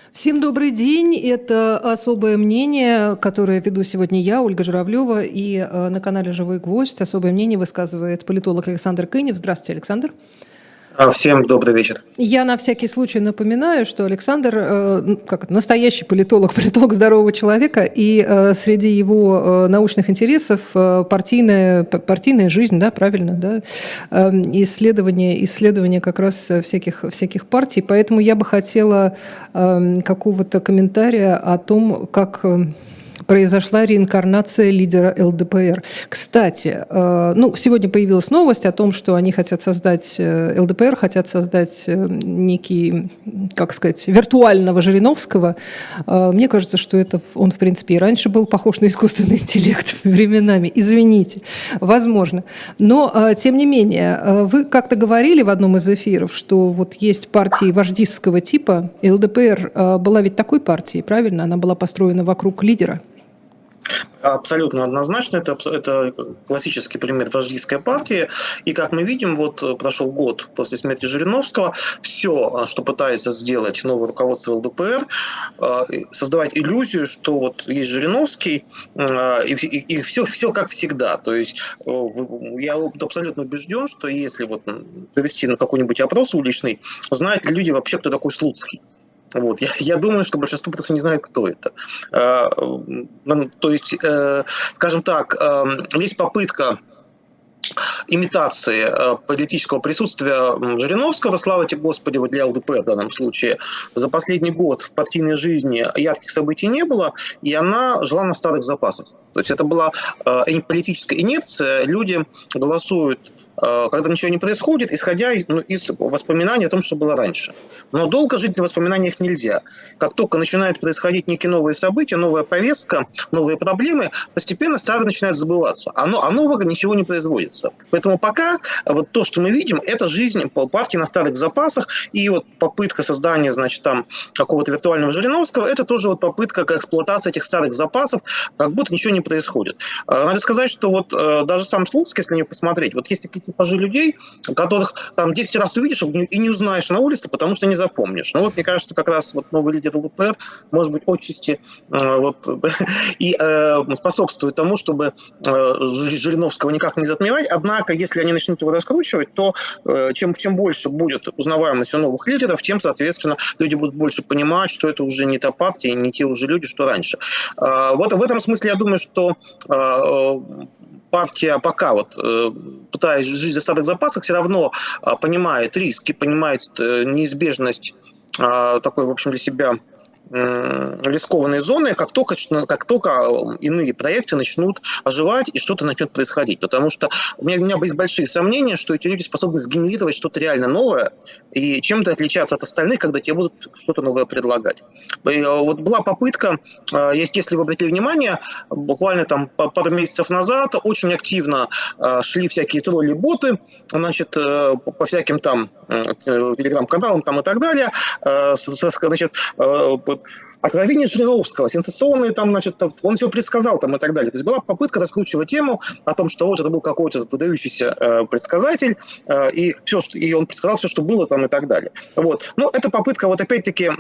Всем добрый день. Это «Особое мнение», которое веду сегодня я, Ольга Журавлева, и на канале «Живой гвоздь» особое мнение высказывает политолог Александр Кынев. Здравствуйте, Александр. Всем добрый вечер. Я на всякий случай напоминаю, что Александр как настоящий политолог, политолог здорового человека, и среди его научных интересов партийная жизнь, да, правильно, да, исследование как раз всяких партий. Поэтому я бы хотела какого-то комментария о том, как произошла реинкарнация лидера ЛДПР. Кстати, сегодня появилась новость о том, что они хотят создать, ЛДПР хотят создать некий, как сказать, виртуального Жириновского. Мне кажется, что он, в принципе, и раньше был похож на искусственный интеллект временами. Извините, возможно. Но, тем не менее, вы как-то говорили в одном из эфиров, что вот есть партии вождистского типа, и ЛДПР была ведь такой партией, правильно? Она была построена вокруг лидера. Абсолютно однозначно. Это классический пример вождистской партии. И как мы видим, вот прошел год после смерти Жириновского, все, что пытается сделать новое руководство ЛДПР, создавать иллюзию, что вот есть Жириновский, и все как всегда. То есть я абсолютно убежден, что если вот провести на какой-нибудь опрос уличный, знают ли люди вообще, кто такой Слуцкий. Вот. Я думаю, что большинство просто не знает, кто это. То есть, скажем так, есть попытка имитации политического присутствия Жириновского, слава тебе Господи, вот для ЛДПР в данном случае. За последний год в партийной жизни ярких событий не было, и она жила на старых запасах. То есть это была политическая инерция, люди голосуют, когда ничего не происходит, исходя из воспоминаний о том, что было раньше. Но долго жить на воспоминаниях нельзя. Как только начинают происходить некие новые события, новая повестка, новые проблемы, постепенно старое начинает забываться. А нового ничего не производится. Поэтому пока вот то, что мы видим, это жизнь партии на старых запасах, и вот попытка создания, значит, там какого-то виртуального Жириновского, это тоже вот попытка эксплуатации этих старых запасов, как будто ничего не происходит. Надо сказать, что вот даже сам Слуцкий, если не посмотреть, вот есть такие типажи людей, которых там 10 раз увидишь и не узнаешь на улице, потому что не запомнишь. Ну вот, мне кажется, как раз вот новый лидер ЛДПР, может быть, отчасти и способствует тому, чтобы Жириновского никак не затмевать. Однако, если они начнут его раскручивать, то чем больше будет узнаваемость у новых лидеров, тем, соответственно, люди будут больше понимать, что это уже не та партия, не те уже люди, что раньше. Вот в этом смысле я думаю, что партия пока пытаясь жить за старых запасах, все равно понимает риски, понимает неизбежность такой, в общем, для себя рискованные зоны, как только иные проекты начнут оживать и что-то начнет происходить. Потому что у меня есть большие сомнения, что эти люди способны сгенерировать что-то реально новое и чем-то отличаться от остальных, когда тебе будут что-то новое предлагать. И вот была попытка, если вы обратили внимание, буквально там пару месяцев назад очень активно шли всякие тролли-боты, значит, по всяким там телеграм-каналам там и так далее, значит, откровение Жириновского, сенсационные там, значит, он все предсказал там и так далее. То есть была попытка раскручивать тему о том, что вот это был какой-то выдающийся предсказатель, и он предсказал все, что было там и так далее. Вот. Но это попытка вот опять-таки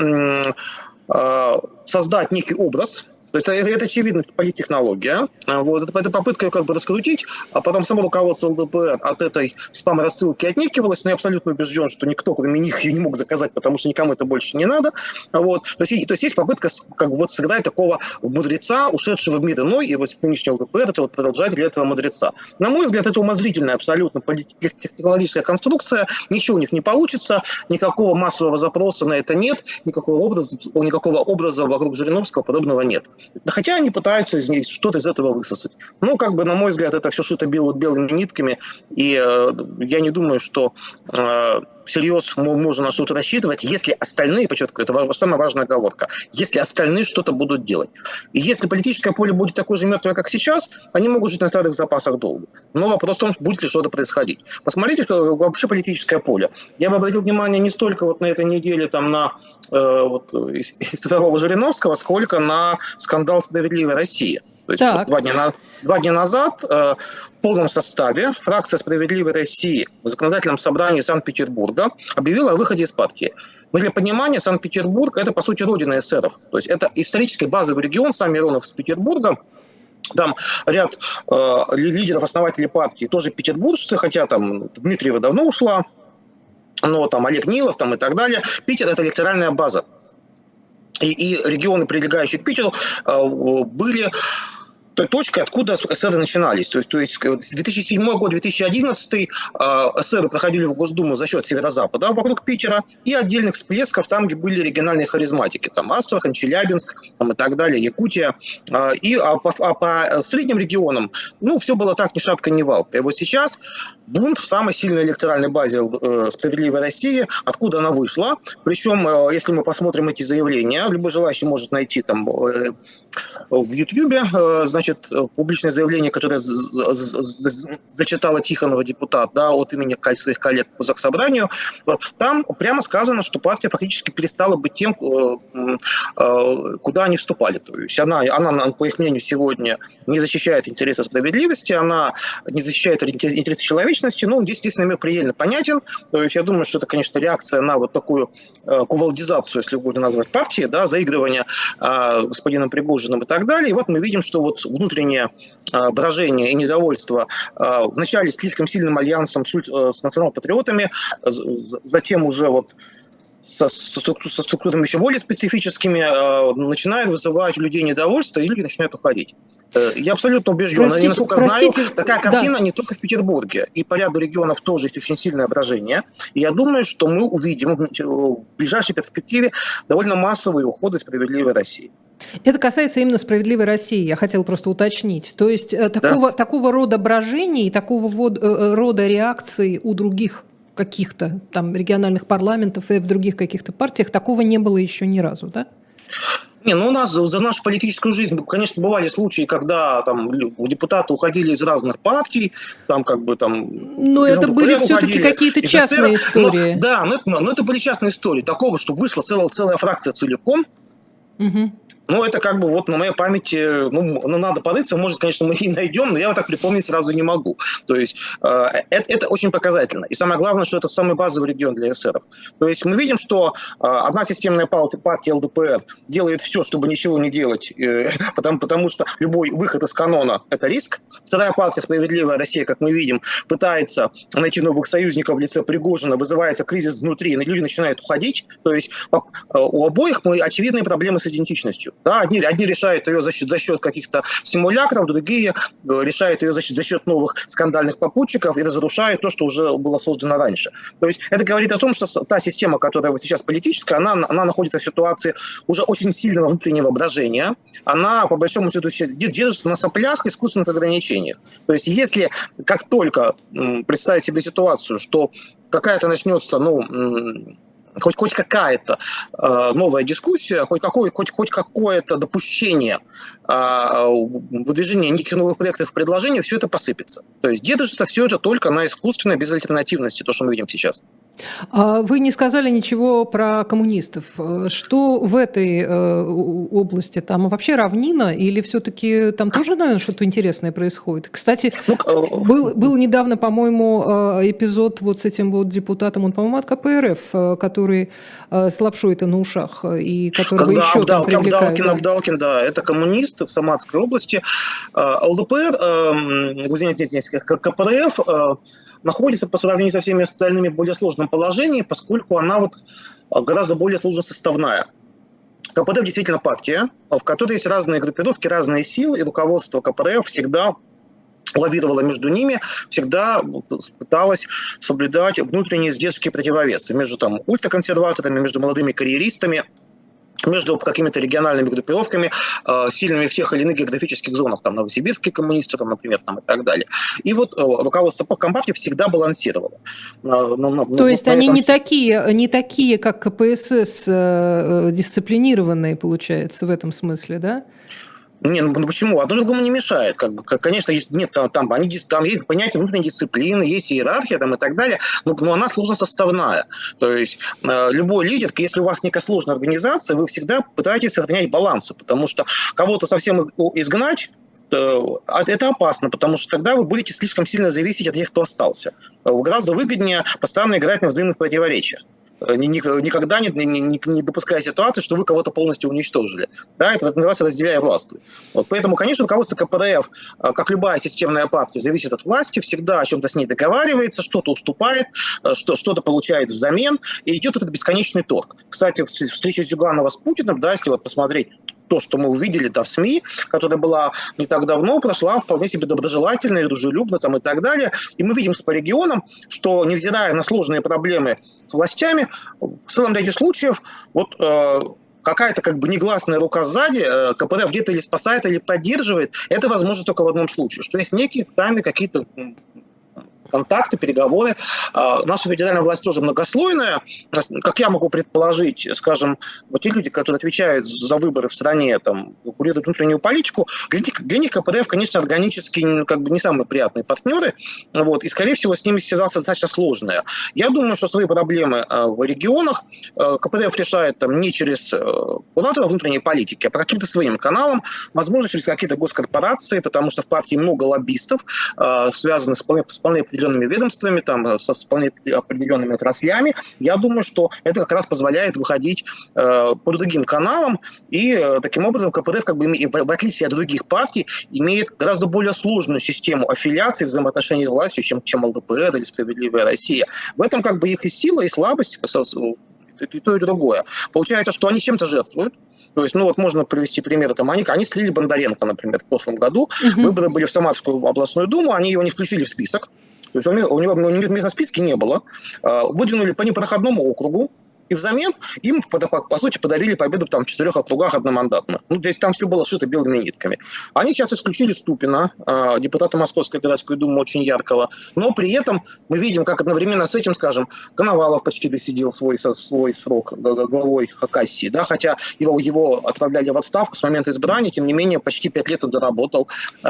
создать некий образ. То есть это очевидно политтехнология. Вот. Это попытка ее как бы раскрутить, а потом само руководство ЛДПР от этой спам-рассылки отнекивалось, но я абсолютно убежден, что никто, кроме них, ее не мог заказать, потому что никому это больше не надо. Вот. То есть есть попытка как бы вот сыграть такого мудреца, ушедшего в мир иной, и вот нынешний ЛДПР это вот продолжатель этого мудреца. На мой взгляд, это умозрительная абсолютно политтехнологическая конструкция, ничего у них не получится, никакого массового запроса на это нет, никакого образа вокруг Жириновского подобного нет. Хотя они пытаются что-то из этого высосать. Ну, как бы, на мой взгляд, это все шито белыми нитками, и я не думаю, что всерьез можно на что-то рассчитывать, если остальные, подчеркиваю, это самая важная оговорка, если остальные что-то будут делать. И если политическое поле будет такое же мертвое, как сейчас, они могут жить на старых запасах долго. Но вопрос в том, будет ли что-то происходить. Посмотрите вообще политическое поле. Я бы обратил внимание не столько вот на этой неделе там, на цифрового Жириновского, сколько на скандал «Справедливой России». То есть два дня назад в полном составе фракция «Справедливой России» в законодательном собрании Санкт-Петербурга объявила о выходе из партии. Но для понимания, Санкт-Петербург – это, по сути, родина эсеров. То есть это исторический базовый регион, сам Миронов с Петербурга. Там ряд лидеров, основателей партии тоже петербуржцы, хотя там Дмитриева давно ушла, но там Олег Нилов там, и так далее. Питер – это электоральная база. И регионы, прилегающие к Питеру, были той точкой, откуда эсеры начинались. То есть 2007 год, 2011 эсеры проходили в Госдуму за счет северо-запада вокруг Питера и отдельных всплесков там, где были региональные харизматики. Там Астрахань, Челябинск там, и так далее, Якутия. По средним регионам все было так, ни шапка, ни вал. И вот сейчас бунт в самой сильной электоральной базе «Справедливой России», откуда она вышла. Причем, если мы посмотрим эти заявления, любой желающий может найти там в Ютьюбе, значит, публичное заявление, которое зачитала Тихонова, депутат, да, от имени своих коллег по Заксобранию. Там прямо сказано, что партия фактически перестала быть тем, куда они вступали. То есть она, по их мнению, сегодня не защищает интересы справедливости, она не защищает интересы человечности. Здесь намек предельно понятен. То есть я думаю, что это, конечно, реакция на вот такую кувалдизацию, если угодно назвать, партии, да, заигрывание господином Пригожиным и так далее. И вот мы видим, что вот внутреннее брожение и недовольство вначале с слишком сильным альянсом с национал-патриотами, затем уже вот со структурами еще более специфическими начинает вызывать у людей недовольство, и люди начинают уходить. Я абсолютно убежден. Насколько знаю, такая картина не только в Петербурге. И по ряду регионов тоже есть очень сильное брожение. И я думаю, что мы увидим в ближайшей перспективе довольно массовые уходы из «Справедливой России». Это касается именно «Справедливой России», я хотела просто уточнить. То есть такого рода брожений и такого рода реакций у других каких-то там региональных парламентов и в других каких-то партиях такого не было еще ни разу, да? У нас за нашу политическую жизнь, конечно, бывали случаи, когда там депутаты уходили из разных партий, там Но это были все-таки какие-то частные истории. Но это были частные истории. Такого, что вышла целая фракция целиком. Угу. Это на моей памяти, надо порыться, может, конечно, мы и найдем, но я вот так припомнить сразу не могу. То есть это очень показательно. И самое главное, что это самый базовый регион для эсеров. То есть мы видим, что одна системная партия ЛДПР делает все, чтобы ничего не делать, потому что любой выход из канона – это риск. Вторая партия «Справедливая Россия», как мы видим, пытается найти новых союзников в лице Пригожина, вызывается кризис внутри, и люди начинают уходить. То есть у обоих очевидные проблемы с идентичностью. Да, одни решают ее за счет каких-то симулякров, другие решают ее за счет новых скандальных попутчиков и разрушают то, что уже было создано раньше. То есть это говорит о том, что та система, которая сейчас политическая, она находится в ситуации уже очень сильного внутреннего брожения. Она, по большому счету, держится на соплях искусственных ограничениях. То есть если как только представить себе ситуацию, что какая-то начнется, хоть какая-то новая дискуссия, хоть какое-то допущение выдвижения неких новых проектов и предложений, все это посыпется. То есть держится все это только на искусственной безальтернативности, то, что мы видим сейчас. Вы не сказали ничего про коммунистов. Что в этой области? Там вообще равнина или все-таки там тоже, наверное, что-то интересное происходит? Кстати, был недавно, по-моему, эпизод вот с этим вот депутатом, он, по-моему, от КПРФ, который с лапшой-то на ушах, и которого еще там привлекают. Абдалкин, да, это коммунист в Самарской области. ЛДПР, КПРФ находится по сравнению со всеми остальными в более сложном положении, поскольку она гораздо более сложно составная. КПРФ действительно партия, в которой есть разные группировки, разные силы, и руководство КПРФ всегда лавировало между ними, всегда пыталась соблюдать внутренние сдержки противовесы между ультраконсерваторами, между молодыми карьеристами, между какими-то региональными группировками, сильными в тех или иных географических зонах, там новосибирские коммунисты, например, и так далее. И вот руководство Компартии всегда балансировало. То есть они не такие, как КПСС, дисциплинированные, получается, в этом смысле, да? Почему? Одно другому не мешает. Конечно, есть понятие внутренней дисциплины, есть иерархия и так далее, но она сложно составная. То есть любой лидер, если у вас некая сложная организация, вы всегда пытаетесь сохранять баланс, потому что кого-то совсем изгнать, это опасно, потому что тогда вы будете слишком сильно зависеть от тех, кто остался. Гораздо выгоднее постоянно играть на взаимных противоречиях. никогда не допуская ситуации, что вы кого-то полностью уничтожили. Да, это называется «разделяя властвуй». Вот, поэтому, конечно, руководство КПРФ, как любая системная партия, зависит от власти, всегда о чем-то с ней договаривается, что-то уступает, что-то получает взамен, и идет этот бесконечный торг. Кстати, встреча Зюганова с Путиным, да, если вот посмотреть то, что мы увидели там в СМИ, которая была не так давно, прошла вполне себе доброжелательно, дружелюбно там и так далее. И мы видим по регионам, что, невзирая на сложные проблемы с властями, в целом ряде случаев вот какая-то как бы негласная рука сзади, КПРФ где-то или спасает, или поддерживает. Это возможно только в одном случае, что есть некие тайные какие-то контакты, переговоры. Наша федеральная власть тоже многослойная. Как я могу предположить, скажем, вот те люди, которые отвечают за выборы в стране, там, курируют внутреннюю политику, для них КПРФ, конечно, органически как бы не самые приятные партнеры. Вот, и, скорее всего, с ними ситуация достаточно сложная. Я думаю, что свои проблемы в регионах КПРФ решает там, не через куратора внутренней политики, а по каким-то своим каналам, возможно, через какие-то госкорпорации, потому что в партии много лоббистов, связанных с вполне определенными ведомствами, там, со вполне определенными отраслями. Я думаю, что это как раз позволяет выходить по другим каналам, и таким образом КПРФ, как бы, в отличие от других партий, имеет гораздо более сложную систему аффилиаций, взаимоотношений с властью, чем ЛДПР или «Справедливая Россия». В этом как бы их и сила, и слабость, и то, и другое. Получается, что они чем-то жертвуют. То есть, ну вот можно привести примеры. Там, они слили Бондаренко, например, в прошлом году. Выборы были в Самарскую областную думу, они его не включили в список. То есть у него места в списке не было. Выдвинули по непроходному округу. И взамен им, по сути, подарили победу там, в 4 округах одномандатных. Ну, здесь там все было шито белыми нитками. Они сейчас исключили Ступина, депутата Московской городской думы, очень яркого. Но при этом мы видим, как одновременно с этим, скажем, Коновалов почти досидел свой срок главой Хакасии. Да? Хотя его отправляли в отставку с момента избрания, тем не менее, почти 5 лет он доработал.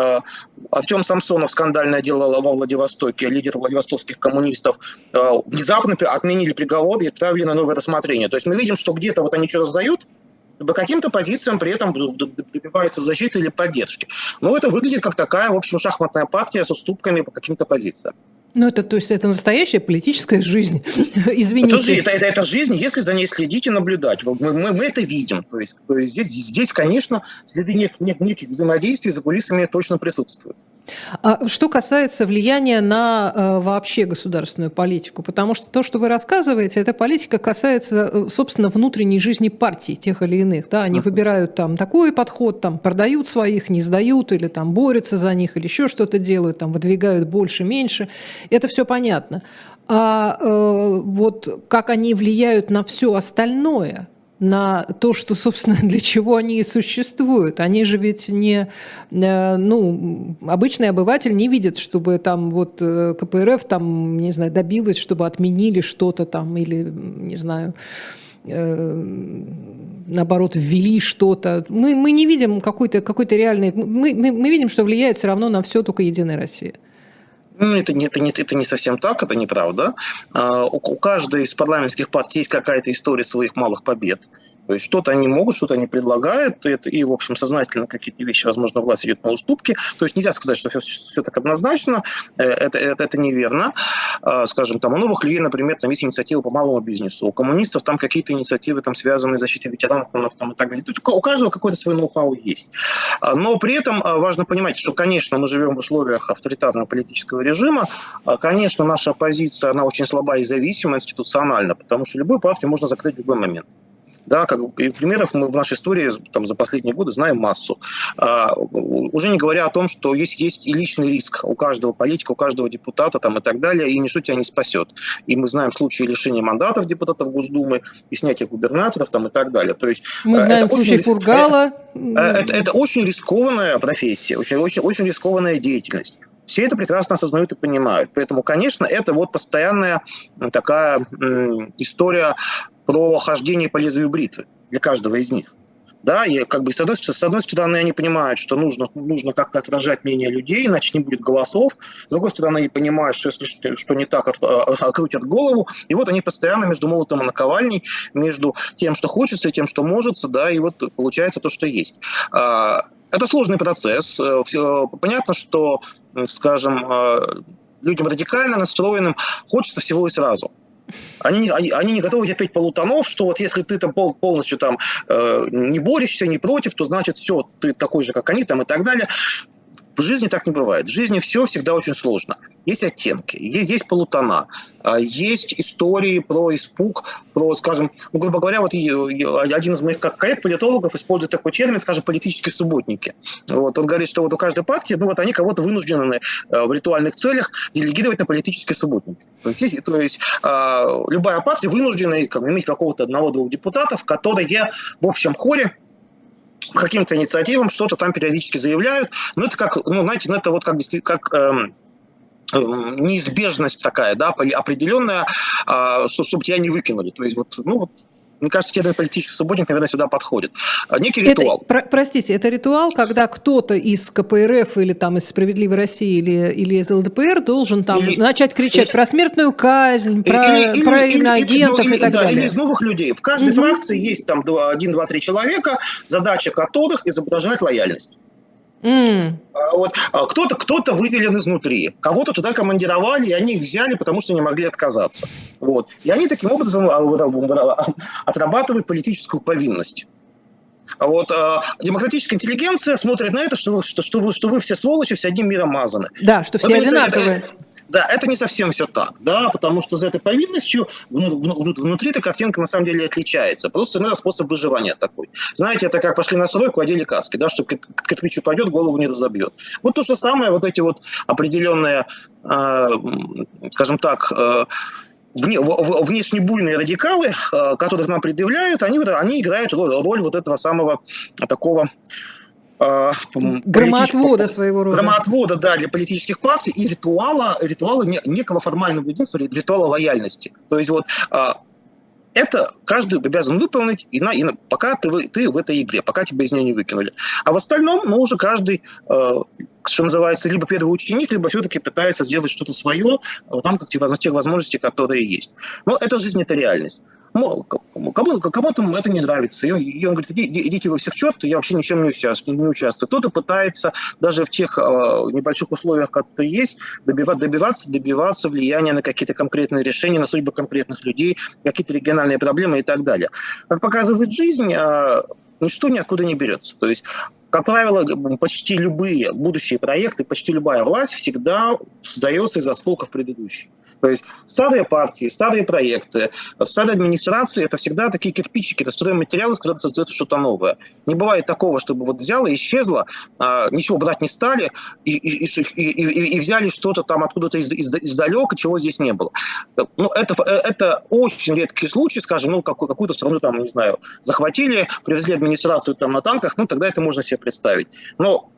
Артем Самсонов, скандальное дело во Владивостоке, лидер владивостокских коммунистов, внезапно отменили приговор и отправили на новое рассмотрение. То есть мы видим, что где-то вот они что раздают, по каким-то позициям при этом добиваются защиты или поддержки. Но это выглядит как такая, в общем, шахматная партия с уступками по каким-то позициям. Ну, это, то есть, это настоящая политическая жизнь. Извините. Это жизнь, если за ней следить и наблюдать. Мы это видим. То есть здесь, конечно, следы неких взаимодействий за кулисами точно присутствуют. А что касается влияния на вообще государственную политику, потому что то, что вы рассказываете, эта политика касается, собственно, внутренней жизни партий тех или иных. Да? Они выбирают там такой подход, там продают своих, не сдают, или там борются за них, или еще что-то делают, там выдвигают больше, меньше. Это все понятно. А вот как они влияют на все остальное, на то, что, собственно, для чего они и существуют. Они же ведь не... Ну, обычный обыватель не видит, чтобы там вот КПРФ там, не знаю, добилась, чтобы отменили что-то там или, не знаю, наоборот, ввели что-то. Мы не видим какой-то реальной... Мы видим, что влияет все равно на все только «Единая Россия». Ну, это не совсем так, это неправда. У каждой из парламентских партий есть какая-то история своих малых побед. То есть что-то они могут, что-то они предлагают, и, в общем, сознательно какие-то вещи, возможно, власть идет на уступки. То есть нельзя сказать, что все так однозначно, это неверно. Скажем, там у новых людей, например, там есть инициативы по малому бизнесу, у коммунистов там какие-то инициативы, там, связанные с защитой ветеранов там, и так далее. То есть у каждого какое-то свое ноу-хау есть. Но при этом важно понимать, что, конечно, мы живем в условиях авторитарного политического режима, конечно, наша оппозиция, она очень слаба и зависима институционально, потому что любую партию можно закрыть в любой момент. Да, как и примеров мы в нашей истории там, за последние годы знаем массу. Уже не говоря о том, что есть и личный риск у каждого политика, у каждого депутата там, и так далее, и ничто тебя не спасет. И мы знаем случаи лишения мандатов депутатов Госдумы, и снятия губернаторов там, и так далее. То есть, мы знаем случай Фургала. Это очень рискованная профессия, очень рискованная деятельность. Все это прекрасно осознают и понимают. Поэтому, конечно, это вот постоянная такая история про хождение по лезвию бритвы для каждого из них. Да, и как бы с одной стороны они понимают, что нужно как-то отражать мнение людей, иначе не будет голосов. С другой стороны, они понимают, что если что не так, окрутят голову. И вот они постоянно между молотом и наковальней, между тем, что хочется, и тем, что может, да, и вот получается то, что есть. Это сложный процесс. Понятно, что, скажем, людям радикально настроенным хочется всего и сразу. Они не готовы терпеть полутонов, что вот если ты там полностью там не борешься, не против, то значит все, ты такой же, как они там и так далее. В жизни так не бывает. В жизни все всегда очень сложно. Есть оттенки, есть полутона, есть истории про испуг, про, скажем, ну, грубо говоря, вот один из моих коллег-политологов использует такой термин, скажем, политические субботники. Вот, он говорит, что вот у каждой партии, ну вот они кого-то вынуждены в ритуальных целях делегировать на политические субботники. То есть любая партия вынуждена иметь какого-то одного-двух депутатов, которые в общем хоре каким-то инициативам что-то там периодически заявляют. Но это как, ну, знаете, это вот как неизбежность такая, да, определенная, чтобы тебя не выкинули. То есть вот, ну вот, мне кажется, термин политический субботник, наверное, сюда подходит. Некий ритуал. Простите, это ритуал, когда кто-то из КПРФ или там из «Справедливой России» или из ЛДПР должен там начать кричать про смертную казнь, про иноагентов и так далее. Или из новых людей. В каждой фракции есть там 1, 2, 3 человека, задача которых изображать лояльность. Вот, кто-то выделен изнутри, кого-то туда командировали, и они их взяли, потому что не могли отказаться. Вот. И они таким образом отрабатывают политическую повинность. Вот, демократическая интеллигенция смотрит на это, что вы все сволочи, все одним миром мазаны. Да, что все одинаковые. Да, это не совсем все так, да, потому что за этой повинностью внутри-то картинка на самом деле отличается. Просто иногда способ выживания такой. Знаете, это как пошли на стройку, одели каски, да, чтобы кирпич упадет, голову не разобьет. Вот то же самое, вот эти вот определенные, скажем так, внешне буйные радикалы, которых нам предъявляют, они играют роль вот этого самого такого... громоотвода своего рода. Громоотвода, да, для политических партий и ритуала некого формального единства, ритуала лояльности. То есть вот это каждый обязан выполнить, пока ты в этой игре, пока тебя из нее не выкинули. А в остальном, ну, уже каждый, что называется, либо первый ученик, либо все-таки пытается сделать что-то свое, там как тех возможностей, которые есть. Но это жизнь, это реальность. Кому-то это не нравится. И он говорит, идите вы все к черту, я вообще ничем не участвую. Кто-то пытается даже в тех небольших условиях, которые есть, добиваться влияния на какие-то конкретные решения, на судьбы конкретных людей, какие-то региональные проблемы и так далее. Как показывает жизнь, ничто ниоткуда не берется. То есть, как правило, почти любые будущие проекты, почти любая власть всегда создается из осколков предыдущих. То есть старые партии, старые проекты, старые администрации – это всегда такие кирпичики, это стройматериалы, с которых создается что-то новое. Не бывает такого, чтобы вот взяло и исчезло, ничего брать не стали и взяли что-то там откуда-то издалека, чего здесь не было. Ну, это очень редкий случай, скажем, ну, какую-то страну там, не знаю, захватили, привезли администрацию там на танках, ну, тогда это можно себе представить. Но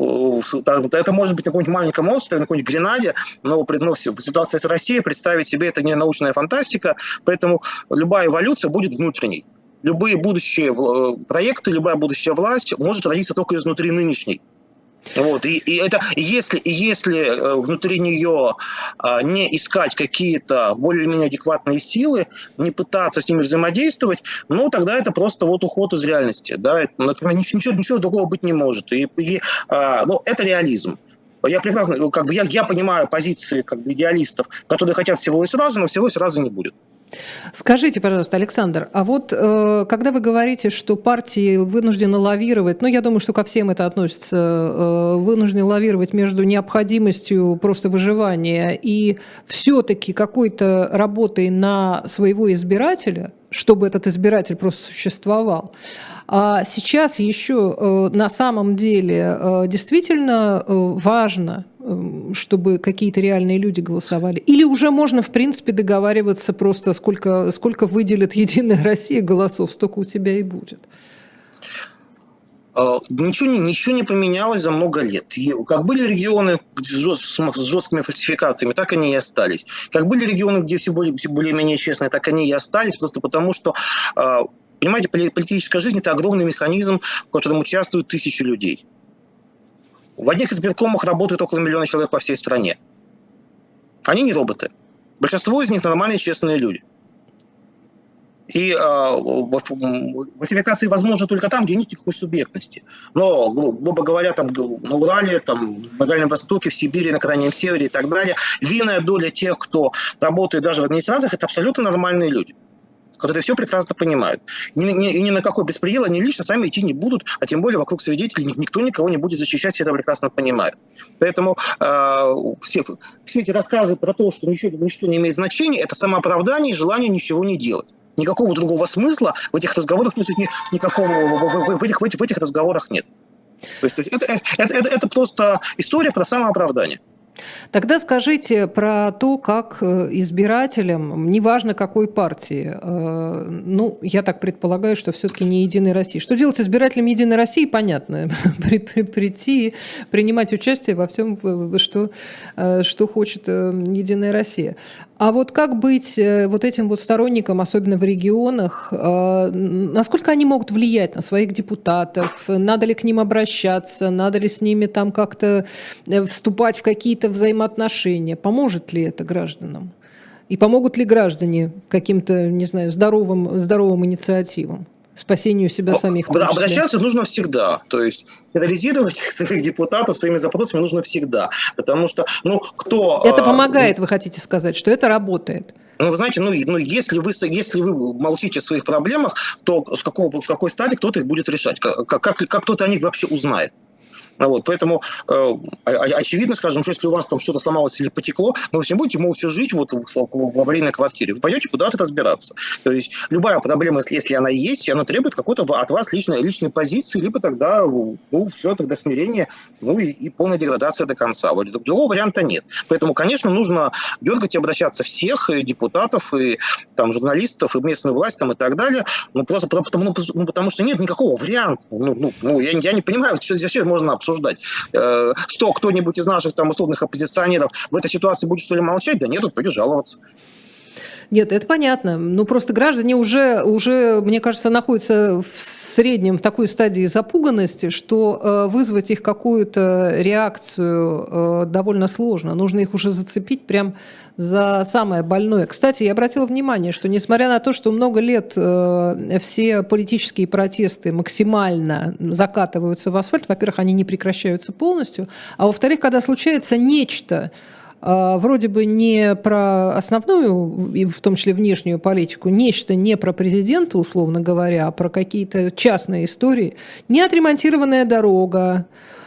это может быть на каком-нибудь маленьком острове, на какой-нибудь Гренаде, но в ситуации с Россией представить себе это не научная фантастика, поэтому любая эволюция будет внутренней. Любые будущие проекты, любая будущая власть может родиться только изнутри нынешней. Вот. И если внутри нее не искать какие-то более-менее адекватные силы, не пытаться с ними взаимодействовать, ну, тогда это просто вот уход из реальности. Да? Например, ничего другого быть не может. Ну, это реализм. Я прекрасно, я понимаю позиции идеалистов, которые хотят всего и сразу, но всего и сразу не будет. Скажите, пожалуйста, Александр, а вот когда вы говорите, что партии вынуждены лавировать, ну, я думаю, что ко всем это относится, вынуждены лавировать между необходимостью просто выживания и все-таки какой-то работой на своего избирателя, чтобы этот избиратель просто существовал. А сейчас еще на самом деле действительно важно, чтобы какие-то реальные люди голосовали? Или уже можно, в принципе, договариваться просто, сколько выделит «Единая Россия» голосов, столько у тебя и будет? Ничего не поменялось за много лет. Как были регионы с жесткими фальсификациями, так они и остались. Как были регионы, где все более-менее честные, так они и остались, просто потому что, понимаете, политическая жизнь – это огромный механизм, в котором участвуют тысячи людей. В одних избиркомах работают около 1 миллиона человек по всей стране. Они не роботы. Большинство из них нормальные, честные люди. И фальсификации возможны только там, где нет никакой субъектности. Но, грубо говоря, там, на Урале, там, на Дальнем Востоке, в Сибири, на Крайнем Севере и так далее, львиная доля тех, кто работает даже в администрациях, это абсолютно нормальные люди, которые все прекрасно понимают. И ни на какой беспредел они лично сами идти не будут, а тем более вокруг свидетелей никто никого не будет защищать, все это прекрасно понимают. Поэтому все эти рассказы про то, что ничто не имеет значения, это самооправдание и желание ничего не делать. Никакого другого смысла в этих разговорах никакого в этих разговорах нет. То есть это просто история про самооправдание. Тогда скажите про то, как избирателям, неважно какой партии, ну, я так предполагаю, что все-таки не «Единой России». Что делать избирателям «Единой России», понятно. Прийти и принимать участие во всем, что хочет «Единая Россия». А вот как быть вот этим вот сторонникам, особенно в регионах, насколько они могут влиять на своих депутатов, надо ли к ним обращаться, надо ли с ними там как-то вступать в какие-то взаимоотношения, поможет ли это гражданам? И помогут ли граждане каким-то, не знаю, здоровым инициативам? Спасению себя самих. Обращаться нужно всегда. То есть терроризировать своих депутатов своими запросами нужно всегда. Потому что, кто... Это помогает, вы хотите сказать, что это работает? Вы знаете, если вы молчите о своих проблемах, то с какой стадии кто-то их будет решать? Как кто-то о них вообще узнает? Вот, поэтому очевидно, скажем, что если у вас там что-то сломалось или потекло, вы не будете молча жить в аварийной квартире. Вы пойдете куда-то разбираться. То есть любая проблема, если она есть, она требует какой-то от вас личной позиции, либо тогда, тогда смирение, и полная деградация до конца. Вот, другого варианта нет. Поэтому, конечно, нужно дергать и обращаться всех, и депутатов, и там, журналистов, и местную власть, там, и так далее. Просто потому что нет никакого варианта. Я не понимаю, что здесь можно обсуждать. Что кто-нибудь из наших там условных оппозиционеров в этой ситуации будет что ли молчать? Да нет, он пойдет жаловаться. Нет, это понятно. Просто граждане уже, мне кажется, находятся в среднем в такой стадии запуганности, что вызвать их какую-то реакцию довольно сложно. Нужно их уже зацепить прям за самое больное. Кстати, я обратила внимание, что несмотря на то, что много лет все политические протесты максимально закатываются в асфальт, во-первых, они не прекращаются полностью, а во-вторых, когда случается нечто, вроде бы не про основную, и в том числе внешнюю политику, нечто не про президента, условно говоря, а про какие-то частные истории, не отремонтированная дорога,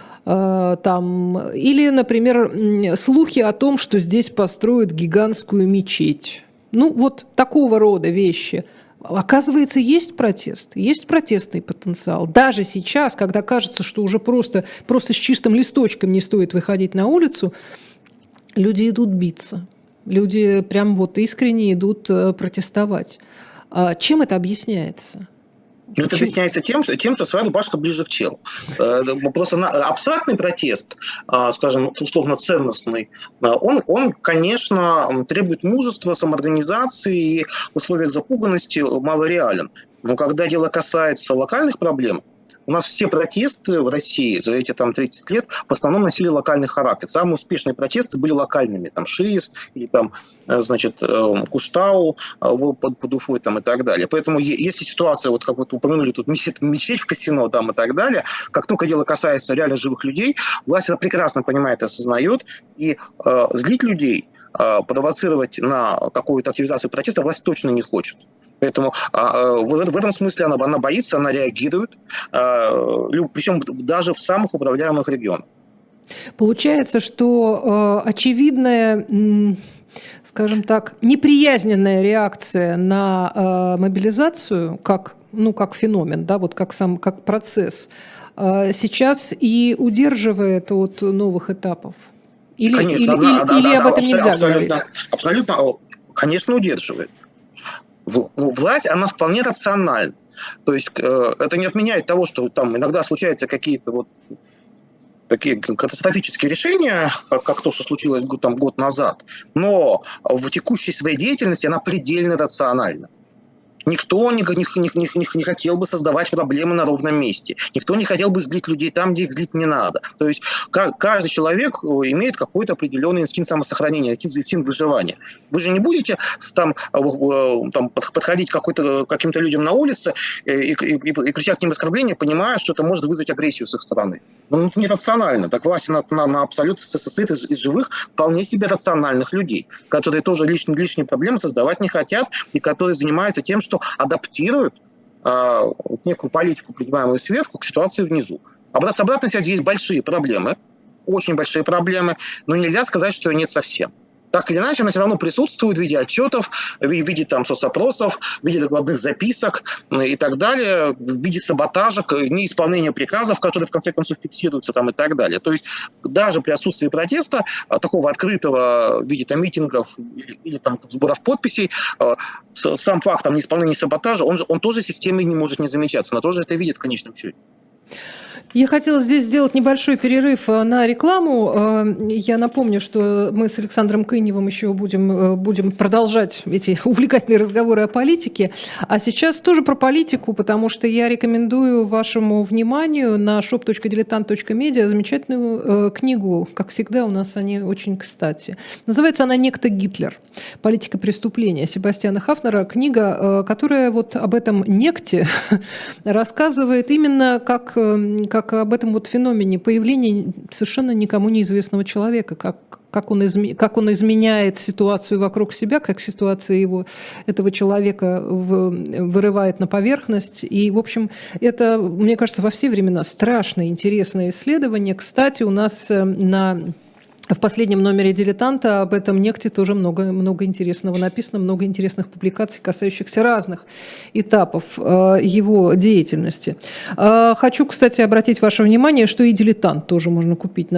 или, например, слухи о том, что здесь построят гигантскую мечеть. Вот такого рода вещи. Оказывается, есть протест, есть протестный потенциал. Даже сейчас, когда кажется, что уже просто с чистым листочком не стоит выходить на улицу, люди идут биться. Люди прям искренне идут протестовать. Чем это объясняется? Это объясняется тем, что своя рубашка ближе к телу. Просто абстрактный протест, скажем, условно ценностный, он, конечно, требует мужества, самоорганизации и в условиях запуганности малореален. Но когда дело касается локальных проблем, у нас все протесты в России за эти 30 лет в основном носили локальный характер. Самые успешные протесты были локальными. ШИС, или Куштау под Уфой и так далее. Поэтому если ситуация, как вы упомянули, тут мечеть в Косино и так далее, как только дело касается реально живых людей, власть это прекрасно понимает и осознает. И злить людей, провоцировать на какую-то активизацию протеста власть точно не хочет. Поэтому в этом смысле она боится, она реагирует, причем даже в самых управляемых регионах. Получается, что очевидная, скажем так, неприязненная реакция на мобилизацию как феномен, как процесс, сейчас и удерживает от новых этапов. Или об этом нельзя говорить? Абсолютно, конечно, удерживает. Власть, она вполне рациональна. То есть это не отменяет того, что иногда случаются какие-то такие катастрофические решения, как то, что случилось год назад. Но в текущей своей деятельности она предельно рациональна. Никто не хотел бы создавать проблемы на ровном месте. Никто не хотел бы злить людей там, где их злить не надо. То есть каждый человек имеет какой-то определенный инстинкт самосохранения, инстинкт выживания. Вы же не будете подходить к каким-то людям на улице и кричать к ним оскорбления, понимая, что это может вызвать агрессию с их стороны. Ну, это нерационально. Так власть на абсолютно состоит из живых, вполне себе рациональных людей, которые тоже лишние проблемы создавать не хотят и которые занимаются тем, что адаптируют некую политику, принимаемую сверху, к ситуации внизу. С обратной связью есть большие проблемы, очень большие проблемы, но нельзя сказать, что ее нет совсем. Так или иначе, она все равно присутствует в виде отчетов, в виде соцопросов, в виде докладных записок и так далее, в виде саботажа, неисполнения приказов, которые в конце концов фиксируются и так далее. То есть даже при отсутствии протеста, такого открытого в виде митингов или сборов подписей, сам факт неисполнения саботажа, он тоже системой не может не замечаться, она тоже это видит в конечном счете. Я хотела здесь сделать небольшой перерыв на рекламу. Я напомню, что мы с Александром Кыневым еще будем продолжать эти увлекательные разговоры о политике. А сейчас тоже про политику, потому что я рекомендую вашему вниманию на shop.diletant.media замечательную книгу. Как всегда, у нас они очень кстати. Называется она «Некто Гитлер. Политика преступления» Себастьяна Хафнера. Книга, которая вот об этом некте рассказывает именно как об этом феномене появления совершенно никому неизвестного человека, как он изменяет ситуацию вокруг себя, как ситуация этого человека вырывает на поверхность. И, в общем, это, мне кажется, во все времена страшно интересное исследование. Кстати, у нас в последнем номере «Дилетанта» об этом некте тоже много интересного написано, много интересных публикаций, касающихся разных этапов его деятельности. Хочу, кстати, обратить ваше внимание, что и «Дилетант» тоже можно купить на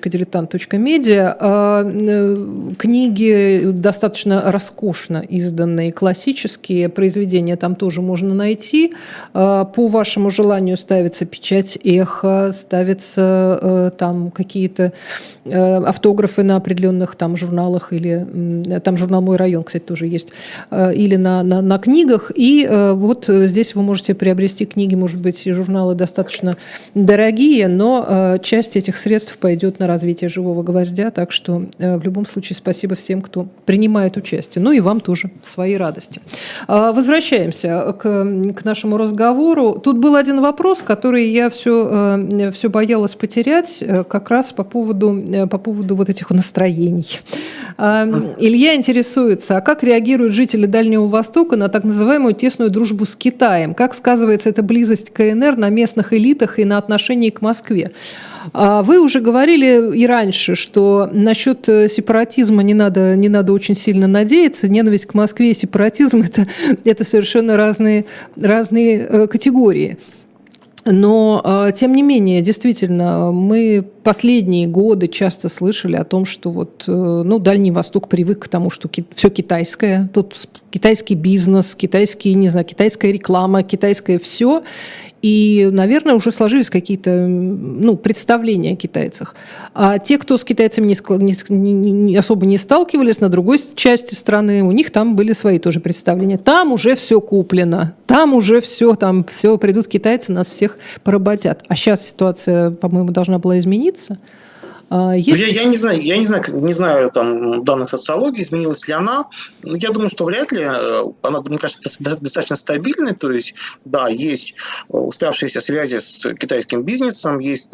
shop.diletant.media. Книги достаточно роскошно изданные, классические произведения там тоже можно найти. По вашему желанию ставится печать «Эхо», ставятся там какие-то автографы на определенных журналах, или там журнал «Мой район», кстати, тоже есть, или на книгах. И вот здесь вы можете приобрести книги, может быть, и журналы достаточно дорогие, но часть этих средств пойдет на развитие «Живого гвоздя», так что в любом случае спасибо всем, кто принимает участие. Ну и вам тоже своей радости. Возвращаемся к нашему разговору. Тут был один вопрос, который я все боялась потерять, как раз по поводу вот этих настроений. Илья интересуется, а как реагируют жители Дальнего Востока на так называемую тесную дружбу с Китаем? Как сказывается эта близость КНР на местных элитах и на отношении к Москве? Вы уже говорили и раньше, что насчет сепаратизма не надо очень сильно надеяться. Ненависть к Москве и сепаратизм – это совершенно разные категории. Но, тем не менее, действительно, мы последние годы часто слышали о том, что Дальний Восток привык к тому, что все китайское, тут китайский бизнес, китайская реклама, китайское все. И, наверное, уже сложились какие-то представления о китайцах. А те, кто с китайцами особо не сталкивались, на другой части страны, у них там были свои тоже представления. Там уже все куплено, там уже все придут китайцы, нас всех поработят. А сейчас ситуация, по-моему, должна была измениться. Я не знаю данных социологии, изменилась ли она. Я думаю, что вряд ли. Она, мне кажется, достаточно стабильная. То есть, да, есть устоявшиеся связи с китайским бизнесом, есть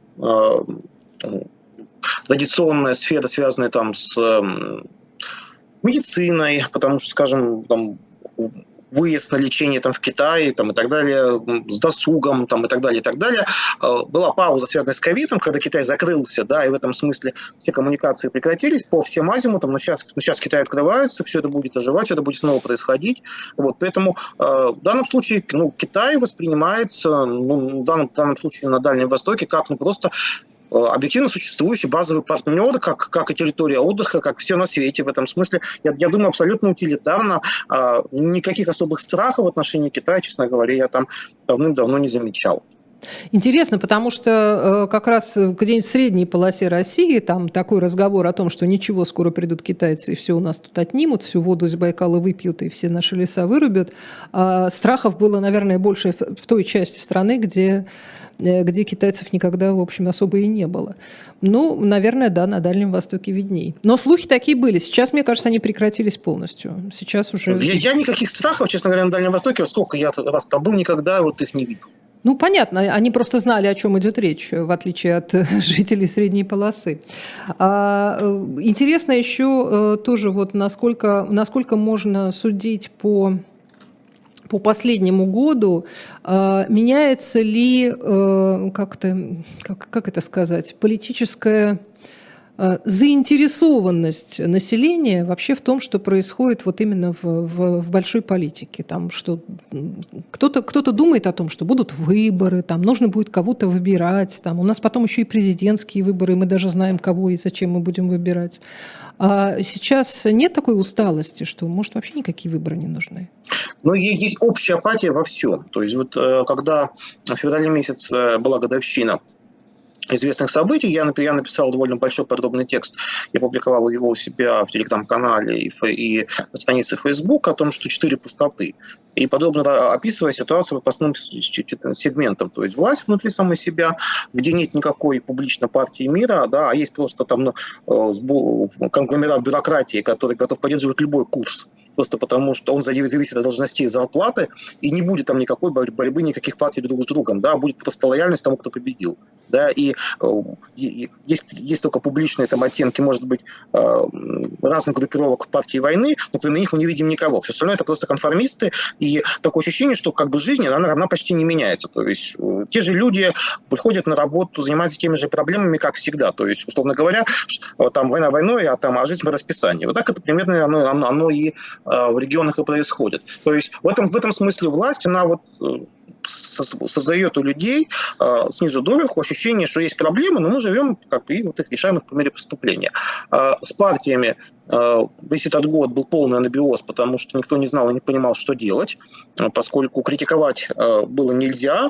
традиционная сфера, связанная с медициной, потому что, скажем, выезд на лечение в Китае и так далее, с досугом и так далее, и так далее. Была пауза, связанная с ковидом, когда Китай закрылся, да, и в этом смысле все коммуникации прекратились по всем азимутам, но сейчас Китай открывается, все это будет оживать, все это будет снова происходить. Поэтому в данном случае Китай воспринимается в данном случае на Дальнем Востоке как просто объективно существующий базовый партнер, как и территория отдыха, как все на свете. В этом смысле, я думаю, абсолютно утилитарно. Никаких особых страхов в отношении Китая, честно говоря, я там давным-давно не замечал. Интересно, потому что как раз где-нибудь в средней полосе России там такой разговор о том, что ничего, скоро придут китайцы и все у нас тут отнимут, всю воду из Байкала выпьют и все наши леса вырубят. Страхов было, наверное, больше в той части страны, где китайцев никогда, в общем, особо и не было. Ну, наверное, да, на Дальнем Востоке видней. Но слухи такие были. Сейчас, мне кажется, они прекратились полностью. Сейчас уже... Я никаких страхов, честно говоря, на Дальнем Востоке, сколько я раз там был, никогда вот их не видел. Ну, понятно, они просто знали, о чем идет речь, в отличие от жителей средней полосы. Интересно еще тоже, вот насколько можно судить по последнему году, меняется ли, как это сказать, политическая заинтересованность населения вообще в том, что происходит вот именно в большой политике. Там, что кто-то думает о том, что будут выборы, там нужно будет кого-то выбирать. Там, у нас потом еще и президентские выборы, и мы даже знаем, кого и зачем мы будем выбирать. А сейчас нет такой усталости, что, может, вообще никакие выборы не нужны? Но есть общая апатия во всем. То есть вот когда в феврале месяце была годовщина известных событий, я написал довольно большой подробный текст, я публиковал его у себя в телеграм-канале и на странице Facebook о том, что 4 пустоты. И подробно описывая ситуацию по основным сегментам. То есть власть внутри самой себя, где нет никакой публичной партии мира, да, а есть просто там конгломерат бюрократии, который готов поддерживать любой курс. Просто потому, что он зависит от должностей и зарплаты, и не будет там никакой борьбы, никаких партий друг с другом. Да, будет просто лояльность тому, кто победил. Да, и есть только публичные там оттенки, может быть, разных группировок партии войны, но кроме них мы не видим никого. Все остальное это просто конформисты, и такое ощущение, что как бы жизнь, она почти не меняется. То есть те же люди приходят на работу, занимаются теми же проблемами, как всегда. То есть, условно говоря, там война войной, а жизнь по расписанию. Вот так это примерно оно и в регионах и происходит. То есть в этом смысле власть, она вот создает у людей снизу доверху ощущение, что есть проблемы, но мы живем и вот их решаем по мере поступления. С партиями весь этот год был полный анабиоз, потому что никто не знал и не понимал, что делать, поскольку критиковать было нельзя,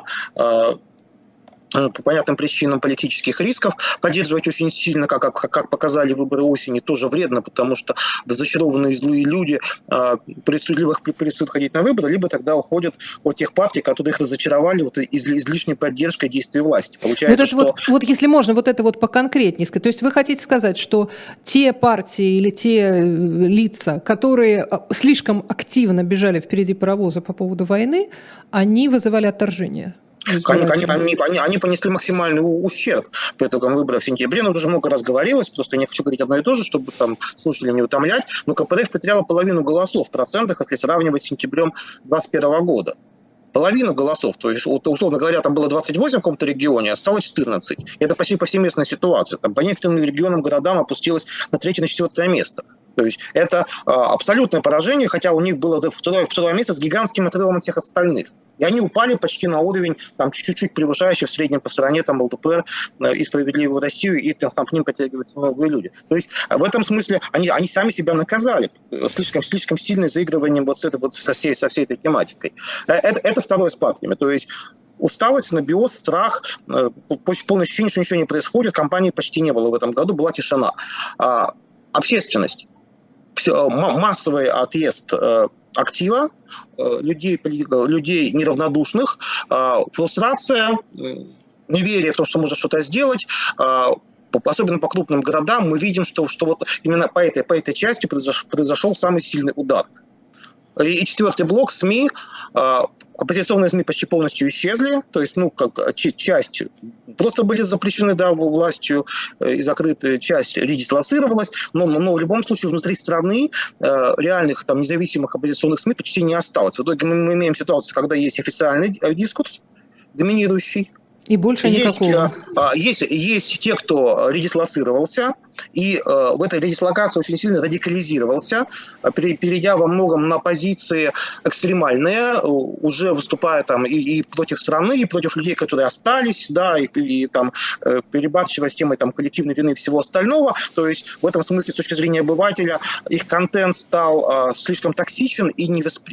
по понятным причинам политических рисков. Поддерживать очень сильно, как показали выборы осени, тоже вредно, потому что зачарованные злые люди перестают ходить на выборы, либо тогда уходят от тех партий, которые их разочаровали вот излишней поддержкой действий власти. Получается, вот если можно, вот это вот поконкретнее сказать. То есть вы хотите сказать, что те партии или те лица, которые слишком активно бежали впереди паровоза по поводу войны, они вызывали отторжение? Они понесли максимальный ущерб по итогам выборов в сентябре, но уже много раз говорилось, просто я не хочу говорить одно и то же, чтобы там слушателей не утомлять, но КПРФ потеряла половину голосов в процентах, если сравнивать с сентябрем 2021 года. Половину голосов, то есть, условно говоря, там было 28 в каком-то регионе, а стало 14. Это почти повсеместная ситуация. Там по некоторым регионам, городам опустилось на 3-4 место. То есть это абсолютное поражение, хотя у них было второе место с гигантским отрывом от всех остальных. И они упали почти на уровень, там, чуть-чуть превышающий в среднем по стране там, ЛДПР и «Справедливую Россию», и там к ним подтягиваются новые люди. То есть в этом смысле они сами себя наказали слишком сильным заигрыванием со всей этой тематикой. Это второе с партиями. То есть усталость, анабиоз, страх, полное ощущение, что ничего не происходит, кампании почти не было в этом году, была тишина. Общественность. Массовый отъезд актива, людей неравнодушных, фрустрация, неверие в том, что можно что-то сделать. Особенно по крупным городам мы видим, что вот именно по этой части произошел самый сильный удар. И четвертый блок СМИ. Оппозиционные СМИ почти полностью исчезли, то есть, часть просто были запрещены, да, властью и закрыты, часть редислоцировалась, но в любом случае внутри страны реальных там независимых оппозиционных СМИ почти не осталось. В итоге мы имеем ситуацию, когда есть официальный дискурс, доминирующий. И больше никакого. Есть те, кто редислоцировался, и в этой дислокации очень сильно радикализировался, перейдя во многом на позиции экстремальные, уже выступая там и против страны, и против людей, которые остались, да, и там перебарщивая с темой там коллективной вины и всего остального. То есть в этом смысле, с точки зрения обывателя, их контент стал слишком токсичен и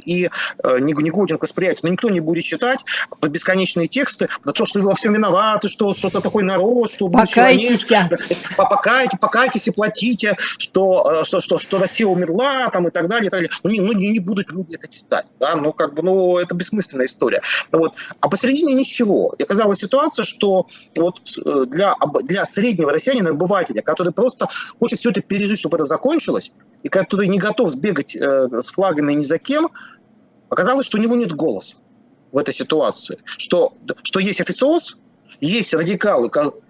не годен к восприятию. Но никто не будет читать бесконечные тексты за то, что вы во всем виноваты, что что-то такой народ, что покайтесь, покайтесь и платите, что Россия умерла, там, и так далее, и так далее. Не будут люди это читать, да, это бессмысленная история. Вот. А посередине ничего. И оказалась ситуация, что вот для среднего россиянина, обывателя, который просто хочет все это пережить, чтобы это закончилось, и который не готов сбегать с флагами ни за кем, оказалось, что у него нет голоса в этой ситуации. Что есть официоз, есть радикалы,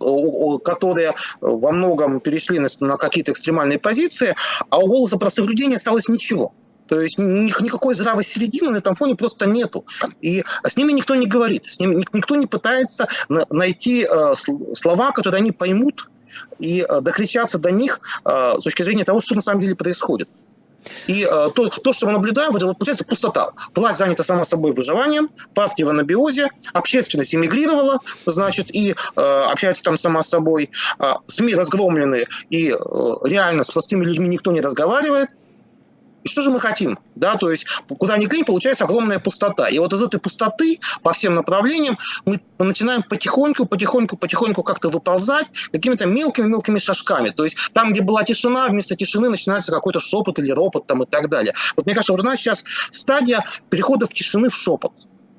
которые во многом перешли на какие-то экстремальные позиции, а у голоса простых людей не осталось ничего. То есть никакой здравой середины на этом фоне просто нету. И с ними никто не говорит, с ними никто не пытается найти слова, которые они поймут, и докричаться до них с точки зрения того, что на самом деле происходит. И то, что мы наблюдаем, это получается пустота. Власть занята сама собой выживанием, партия в анабиозе, общественность эмигрировала, значит, и общается там сама с собой, СМИ разгромлены, и реально с простыми людьми никто не разговаривает. И что же мы хотим? Да, то есть, куда ни клинь, получается огромная пустота. И вот из этой пустоты по всем направлениям мы начинаем потихоньку как-то выползать какими-то мелкими шажками. То есть, там, где была тишина, вместо тишины начинается какой-то шепот или ропот там, и так далее. Вот мне кажется, вот у нас сейчас стадия перехода в тишины в шепот.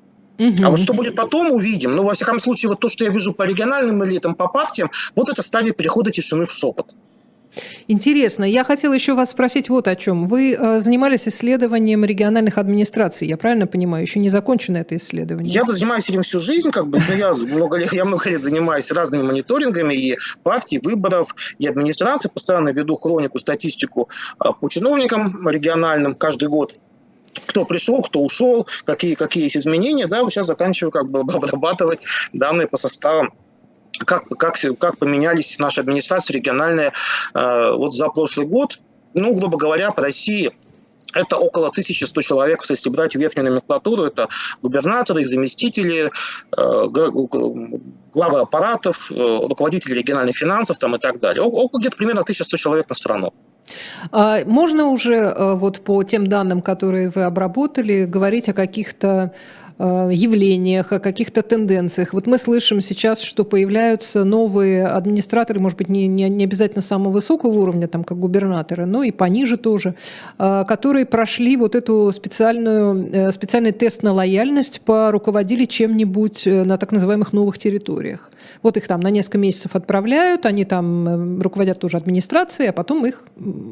А вот что будет потом, увидим. Ну, во всяком случае, вот то, что я вижу по региональным элитам, по партиям, вот это стадия перехода тишины в шепот. Интересно. Я хотела еще вас спросить вот о чем. Вы занимались исследованием региональных администраций, я правильно понимаю? Еще не закончено это исследование? Я занимаюсь этим всю жизнь, я много лет занимаюсь разными мониторингами и партий, выборов, и администрации, постоянно веду хронику, статистику по чиновникам региональным каждый год. Кто пришел, кто ушел, какие есть изменения, да, сейчас заканчиваю обрабатывать данные по составам. Как поменялись наши администрации региональные вот за прошлый год. Ну, грубо говоря, по России это около 1100 человек, если брать верхнюю номенклатуру, это губернаторы, их заместители, главы аппаратов, руководители региональных финансов там, и так далее. Около где-то примерно 1100 человек на страну. Можно уже вот по тем данным, которые вы обработали, говорить о каких-то явлениях, о каких-то тенденциях. Вот мы слышим сейчас, что появляются новые администраторы, может быть, не обязательно самого высокого уровня, там, как губернаторы, но и пониже тоже, которые прошли вот эту специальный тест на лояльность, поруководили чем-нибудь на так называемых новых территориях. Вот их там на несколько месяцев отправляют, они там руководят тоже администрацией, а потом их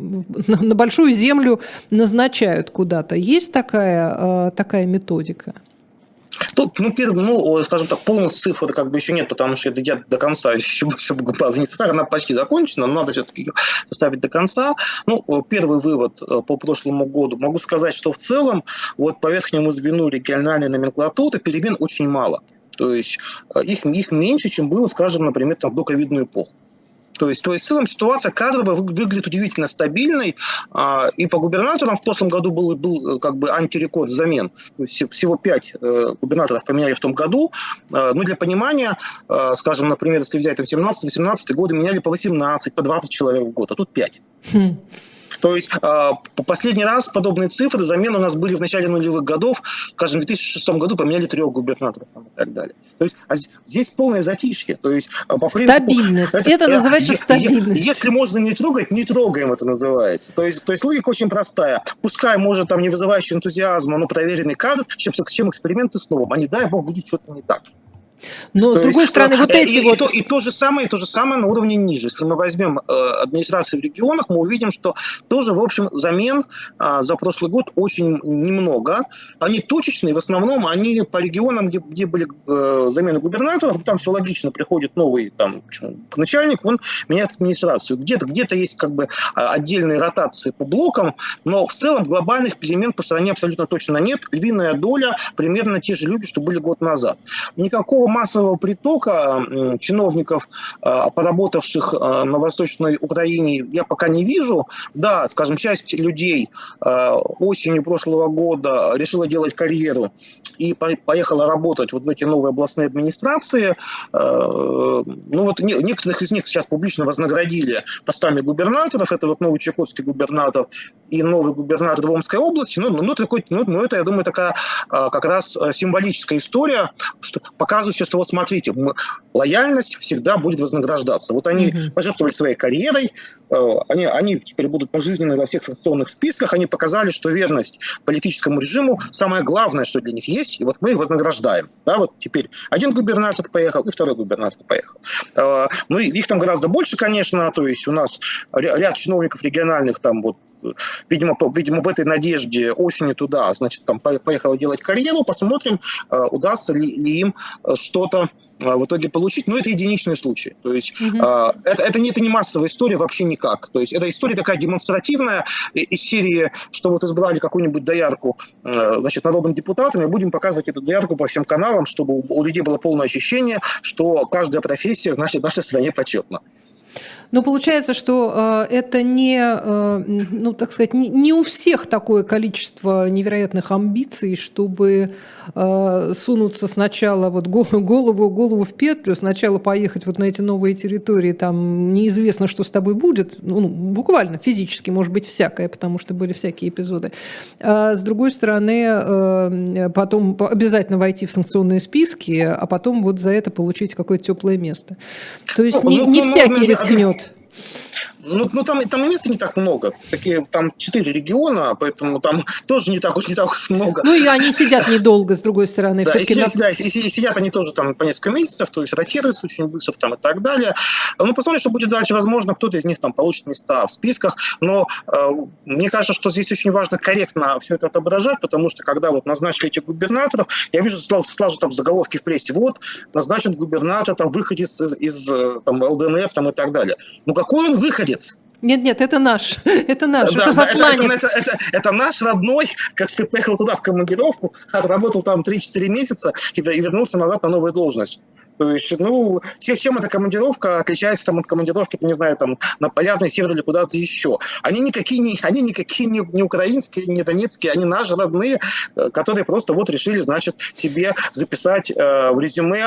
на большую землю назначают куда-то. Есть такая методика? Тут, скажем так, полных цифр еще нет, потому что я до конца еще база не составлена, она почти закончена, но надо все-таки ее составить до конца. Первый вывод по прошлому году. Могу сказать, что в целом вот по верхнему звену региональной номенклатуры перемен очень мало. То есть их меньше, чем было, скажем, например, в доковидную эпоху. То есть в целом ситуация кадровая выглядит удивительно стабильной. И по губернаторам в прошлом году был антирекорд замен. Всего 5 губернаторов поменяли в том году. Для понимания, скажем, например, если взять 17-18 годы, меняли по 18, по 20 человек в год, а тут 5. То есть последний раз подобные цифры, замены у нас были в начале нулевых годов, скажем, в 2006 году поменяли 3 губернаторов и так далее. То есть здесь полное затишье. То есть, по принципу, стабильность. Это называется стабильность. Если можно не трогать, не трогаем, это называется. То есть логика очень простая. Пускай, может, там не вызывающий энтузиазма, но проверенный кадр, чем эксперименты с новым. А не дай бог будет что-то не так. Но, с другой стороны, вот эти вот... И то же самое на уровне ниже. Если мы возьмем администрации в регионах, мы увидим, что тоже, в общем, замен за прошлый год очень немного. Они точечные, в основном они по регионам, где были замены губернаторов, там все логично, приходит новый начальник, он меняет администрацию. Где-то есть отдельные ротации по блокам, но в целом глобальных перемен по стране абсолютно точно нет. Львиная доля примерно те же люди, что были год назад. Никакого массового притока чиновников, поработавших на Восточной Украине, я пока не вижу. Да, скажем, часть людей осенью прошлого года решила делать карьеру и поехала работать вот в эти новые областные администрации. Ну вот некоторых из них сейчас публично вознаградили постами губернаторов. Это вот новый чукотский губернатор и новый губернатор в Омской области. Это, я думаю, такая как раз символическая история, что показывающая, что вот смотрите, лояльность всегда будет вознаграждаться. Вот они пожертвовали своей карьерой, они теперь будут пожизненно во всех санкционных списках, они показали, что верность политическому режиму самое главное, что для них есть, и вот мы их вознаграждаем. Да, вот теперь один губернатор поехал, и второй губернатор поехал. Ну, их там гораздо больше, конечно, то есть у нас ряд чиновников региональных там вот, видимо, в этой надежде осенью туда, значит, там поехала делать карьеру, посмотрим, удастся ли им что-то в итоге получить, но это единичные случаи. То есть это не массовая история вообще никак. То есть это история такая демонстративная из серии, что вот избрали какую-нибудь доярку, значит, народным депутатом, и будем показывать эту доярку по всем каналам, чтобы у людей было полное ощущение, что каждая профессия, значит, в нашей стране почетна. Но получается, что это не, ну, так сказать, не у всех такое количество невероятных амбиций, чтобы сунуться сначала вот голову в петлю, сначала поехать вот на эти новые территории, там неизвестно, что с тобой будет, ну, буквально физически, может быть, всякое, потому что были всякие эпизоды. А с другой стороны, потом обязательно войти в санкционные списки, а потом вот за это получить какое-то теплое место. То есть не всякий рискнет. Ну там и места не так много. Такие там 4 региона, поэтому там тоже не так уж много. Ну и они сидят недолго, с другой стороны. Да, и сидят они тоже там по несколько месяцев, то есть ротируются очень быстро там и так далее. Ну, посмотрим, что будет дальше. Возможно, кто-то из них там получит места в списках, но мне кажется, что здесь очень важно корректно все это отображать, потому что когда вот назначили этих губернаторов, я вижу сразу там заголовки в прессе, вот, назначен губернатор, там, выходец из там, ЛДНР там, и так далее. Ну, какой он выходец? Нет, это наш, это засланец. Это наш родной, как ты поехал туда в командировку, отработал там 3-4 месяца и вернулся назад на новую должность. То есть, ну, чем эта командировка отличается там, от командировки, не знаю, там, на Полярный Север или куда-то еще. Они никакие не украинские, не донецкие, они наши родные, которые просто вот решили, значит, себе записать в резюме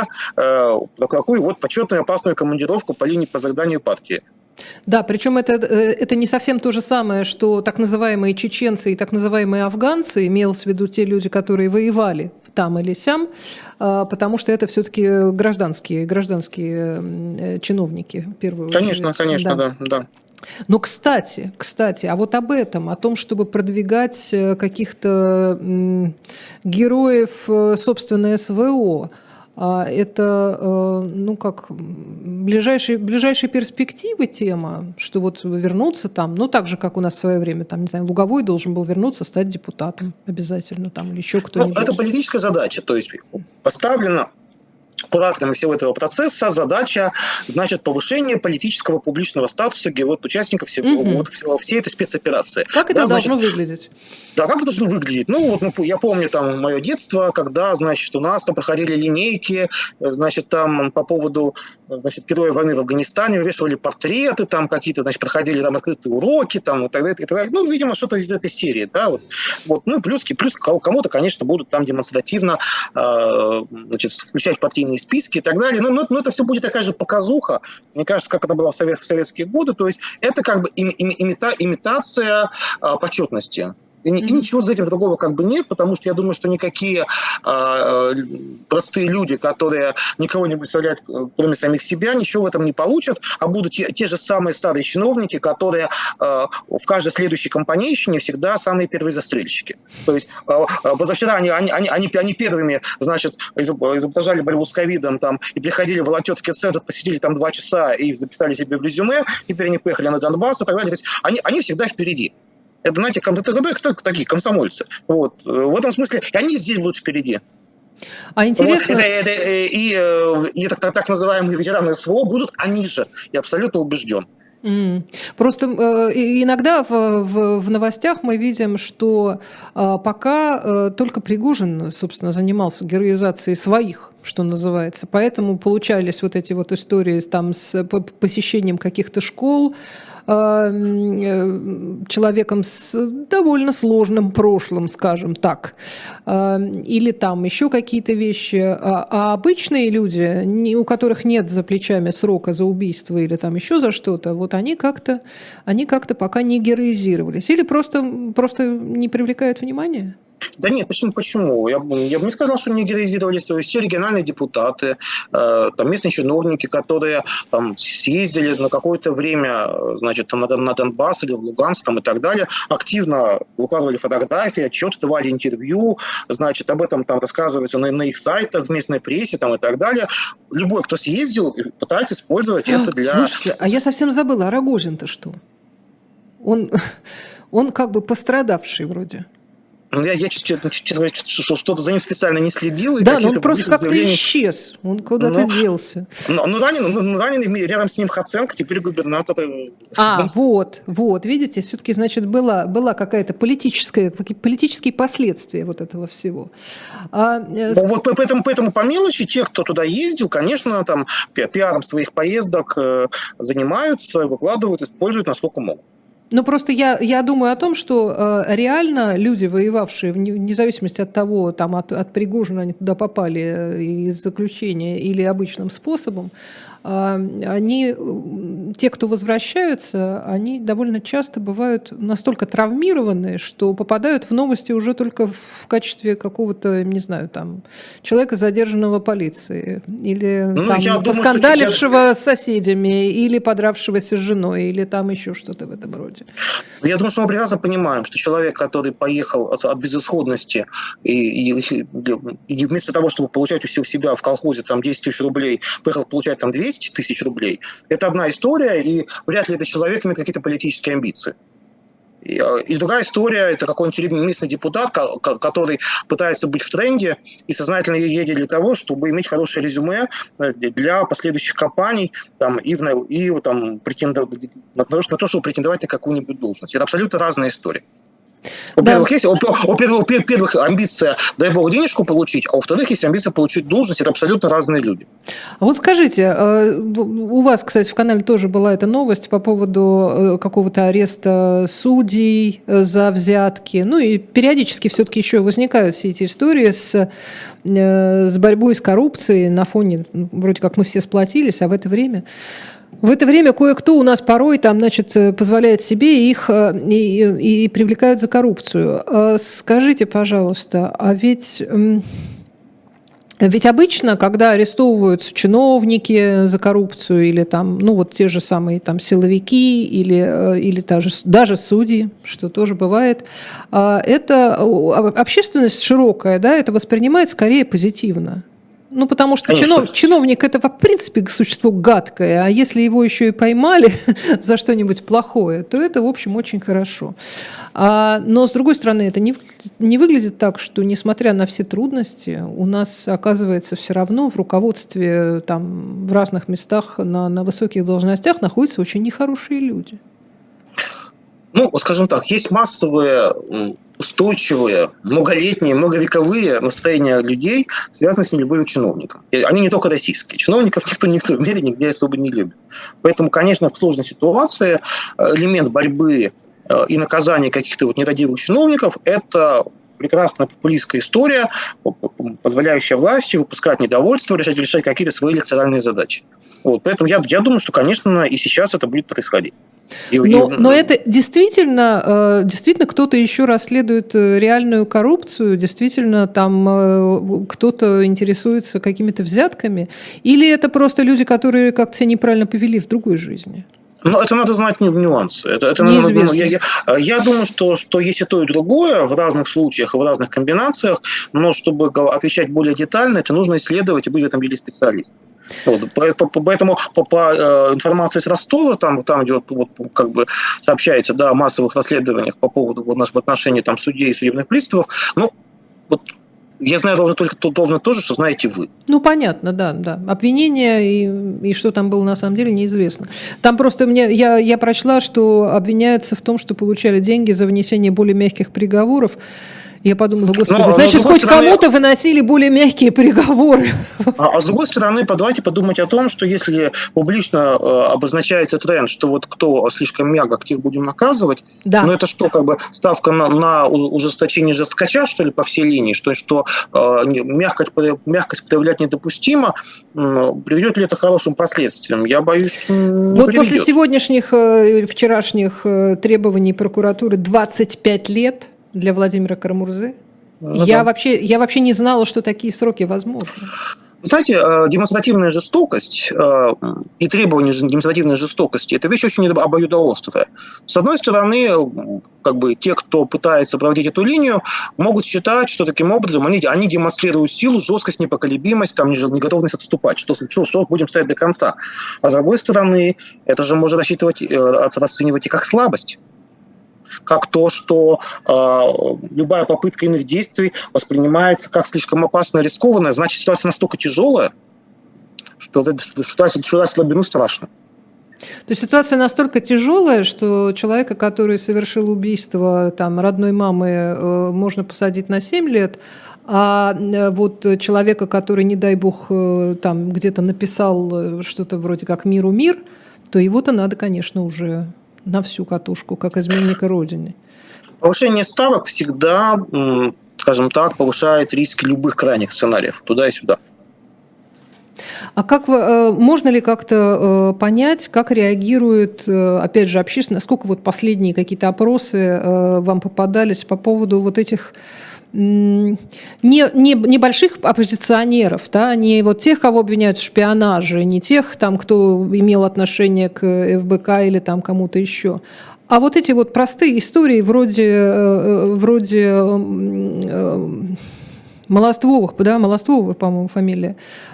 такую вот почетную опасную командировку по заданию партии. Да, причем это не совсем то же самое, что так называемые чеченцы и так называемые афганцы, имелось в виду те люди, которые воевали там или сям, потому что это все-таки гражданские чиновники, в первую очередь. Конечно, да. Но, кстати, а вот об этом, о том, чтобы продвигать каких-то героев, собственно, СВО, это, ну, как ближайшие перспективы тема, что вот вернуться там, ну, так же, как у нас в свое время, там, не знаю, Луговой должен был вернуться, стать депутатом обязательно, там, или еще кто-нибудь. Ну, это политическая задача, то есть поставлена кураторами всего этого процесса задача, значит, повышение политического публичного статуса участников всей этой спецоперации. Как это должно выглядеть? Да, как это должно выглядеть? Ну, вот я помню там мое детство, когда, значит, у нас там проходили линейки, значит, там по поводу, значит, героев войны в Афганистане вывешивали портреты, там какие-то, значит, проходили там открытые уроки, там, и так далее, и так далее. Ну, видимо, что-то из этой серии, да, вот. Ну, плюс кому-то, конечно, будут там демонстративно, значит, включать партийные списки и так далее. Но это все будет такая же показуха, мне кажется, как это было в советские годы, то есть это как бы имитация почетности. И ничего за этим другого как бы нет, потому что я думаю, что никакие простые люди, которые никого не представляют, кроме самих себя, ничего в этом не получат, а будут те же самые старые чиновники, которые в каждой следующей компанейщине всегда самые первые застрельщики. То есть позавчера они первыми, значит, изображали борьбу с ковидом там, и приходили в волонтерский центр, посидели там 2 часа и записали себе в резюме, теперь они поехали на Донбасс и так далее. То есть они всегда впереди. Это, знаете, кто такие комсомольцы? Вот. В этом смысле они здесь будут впереди. А интересно... Вот. И так называемые ветераны СВО будут они же. Я абсолютно убежден. Просто иногда в новостях мы видим, что пока только Пригожин, собственно, занимался героизацией своих, что называется. Поэтому получались вот эти вот истории там с посещением каких-то школ, человеком с довольно сложным прошлым, скажем так, или там еще какие-то вещи. А обычные люди, у которых нет за плечами срока за убийство или там еще за что-то, вот они как-то пока не героизировались. Или просто не привлекают внимания? Да нет, почему? Я бы не сказал, что не героизировались. Все региональные депутаты, там, местные чиновники, которые там съездили на какое-то время, значит, там, на Донбасс или в Луганск там, и так далее, активно выкладывали фотографии, отчеты, давали интервью, значит, об этом там рассказывается на их сайтах, в местной прессе там, и так далее. Любой, кто съездил, пытается использовать это для... Слушайте, а я совсем забыла, а Рогожин-то что? Он как бы пострадавший вроде. Я честно говоря, что-то за ним специально не следил. Да, но он просто как-то исчез. Он куда-то делся. Раненый, рядом с ним Хаценко, теперь губернатор. Вот, видите, все-таки, значит, была какая-то политические последствия вот этого всего. Вот поэтому по мелочи тех, кто туда ездил, конечно, там пиаром своих поездок занимаются, выкладывают, используют насколько могут. Ну, просто я думаю о том, что реально люди, воевавшие, вне зависимости от того, там, от Пригожина они туда попали из заключения или обычным способом, те, кто возвращаются, они довольно часто бывают настолько травмированные, что попадают в новости уже только в качестве какого-то, не знаю, там, человека, задержанного полицией, или там, поскандалившего с соседями, или подравшегося с женой, или там еще что-то в этом роде. Я думаю, что мы прекрасно понимаем, что человек, который поехал от безысходности и вместо того, чтобы получать у себя в колхозе там 10 тысяч рублей, поехал получать там 200 тысяч рублей, это одна история, и вряд ли этот человек имеет какие-то политические амбиции. И другая история – это какой-нибудь местный депутат, который пытается быть в тренде и сознательно едет для того, чтобы иметь хорошее резюме для последующих кампаний там, претендовать на то, чтобы претендовать на какую-нибудь должность. Это абсолютно разная история. У первых амбиция, дай бог, денежку получить, а у вторых есть амбиция получить должность. Это абсолютно разные люди. А вот скажите, у вас, кстати, в канале тоже была эта новость по поводу какого-то ареста судей за взятки. Ну и периодически все-таки еще возникают все эти истории с борьбой с коррупцией на фоне, вроде как мы все сплотились, а в это время кое-кто у нас порой там, значит, позволяет себе их и привлекают за коррупцию. Скажите, пожалуйста, а ведь обычно, когда арестовываются чиновники за коррупцию или там, ну вот те же самые там силовики или даже судьи, что тоже бывает, это общественность широкая, да, это воспринимает скорее позитивно. Ну, потому что чиновник – это, в принципе, существо гадкое, а если его еще и поймали за что-нибудь плохое, то это, в общем, очень хорошо. Но, с другой стороны, это не выглядит так, что, несмотря на все трудности, у нас, оказывается, все равно в руководстве, там, в разных местах, на высоких должностях находятся очень нехорошие люди. Ну, скажем так, есть массовые, устойчивые, многолетние, многовековые настроения людей, связанные с нелюбовью к чиновникам. И они не только российские. Чиновников никто в мире нигде особо не любит. Поэтому, конечно, в сложной ситуации элемент борьбы и наказания каких-то нерадивых чиновников – это прекрасная популистская история, позволяющая власти выпускать недовольство, решать какие-то свои электоральные задачи. Вот. Поэтому я думаю, что, конечно, и сейчас это будет происходить. Но это действительно кто-то еще расследует реальную коррупцию, действительно там кто-то интересуется какими-то взятками, или это просто люди, которые как-то себя неправильно повели в другой жизни? Но это надо знать нюансы. Я думаю, что есть и то, и другое в разных случаях и в разных комбинациях, но чтобы отвечать более детально, это нужно исследовать и быть в этом деле специалистом. Вот, поэтому по информации с Ростова, там где как бы сообщается о массовых расследованиях по поводу в отношении там, судей и судебных приставов, ну, вот я знаю ровно то же, что знаете вы. Ну, понятно, да. Обвинения и что там было на самом деле неизвестно. Там просто я прочла, что обвиняются в том, что получали деньги за вынесение более мягких приговоров. Я подумала, господи, значит, хоть кому-то выносили более мягкие приговоры. А с другой стороны, давайте подумать о том, что если публично обозначается тренд, что вот кто слишком мягок, тех будем наказывать, ну это что, как бы ставка на ужесточение жесткача, что ли, по всей линии, что мягкость проявлять недопустимо, приведет ли это к хорошим последствиям? Я боюсь, что не вот приведет. После сегодняшних, вчерашних требований прокуратуры 25 лет для Владимира Карамурзы. Я вообще не знала, что такие сроки возможны. Знаете, демонстративная жестокость и требования демонстративной жестокости – это вещь очень обоюдоострая. С одной стороны, как бы те, кто пытается проводить эту линию, могут считать, что таким образом они демонстрируют силу, жесткость, непоколебимость, там, неготовность отступать, что будем стоять до конца. А с другой стороны, это же можно расценивать и как слабость. Как то, что любая попытка иных действий воспринимается как слишком опасная, рискованная, значит, ситуация настолько тяжелая, что слабину страшно. То есть ситуация настолько тяжелая, что человека, который совершил убийство там, родной мамы, можно посадить на 7 лет, а вот человека, который, не дай бог, там где-то написал что-то вроде как «Миру мир», то его-то надо, конечно, уже... на всю катушку, как изменника Родине. Повышение ставок всегда, скажем так, повышает риски любых крайних сценариев, туда и сюда. А можно ли как-то понять, как реагирует, опять же, общественность, насколько вот последние какие-то опросы вам попадались по поводу вот этих небольших оппозиционеров, да, не вот тех, кого обвиняют в шпионаже, не тех, там, кто имел отношение к ФБК или там кому-то еще, а вот эти вот простые истории вроде Молоствовых, да, Молоствова, по-моему, фамилия,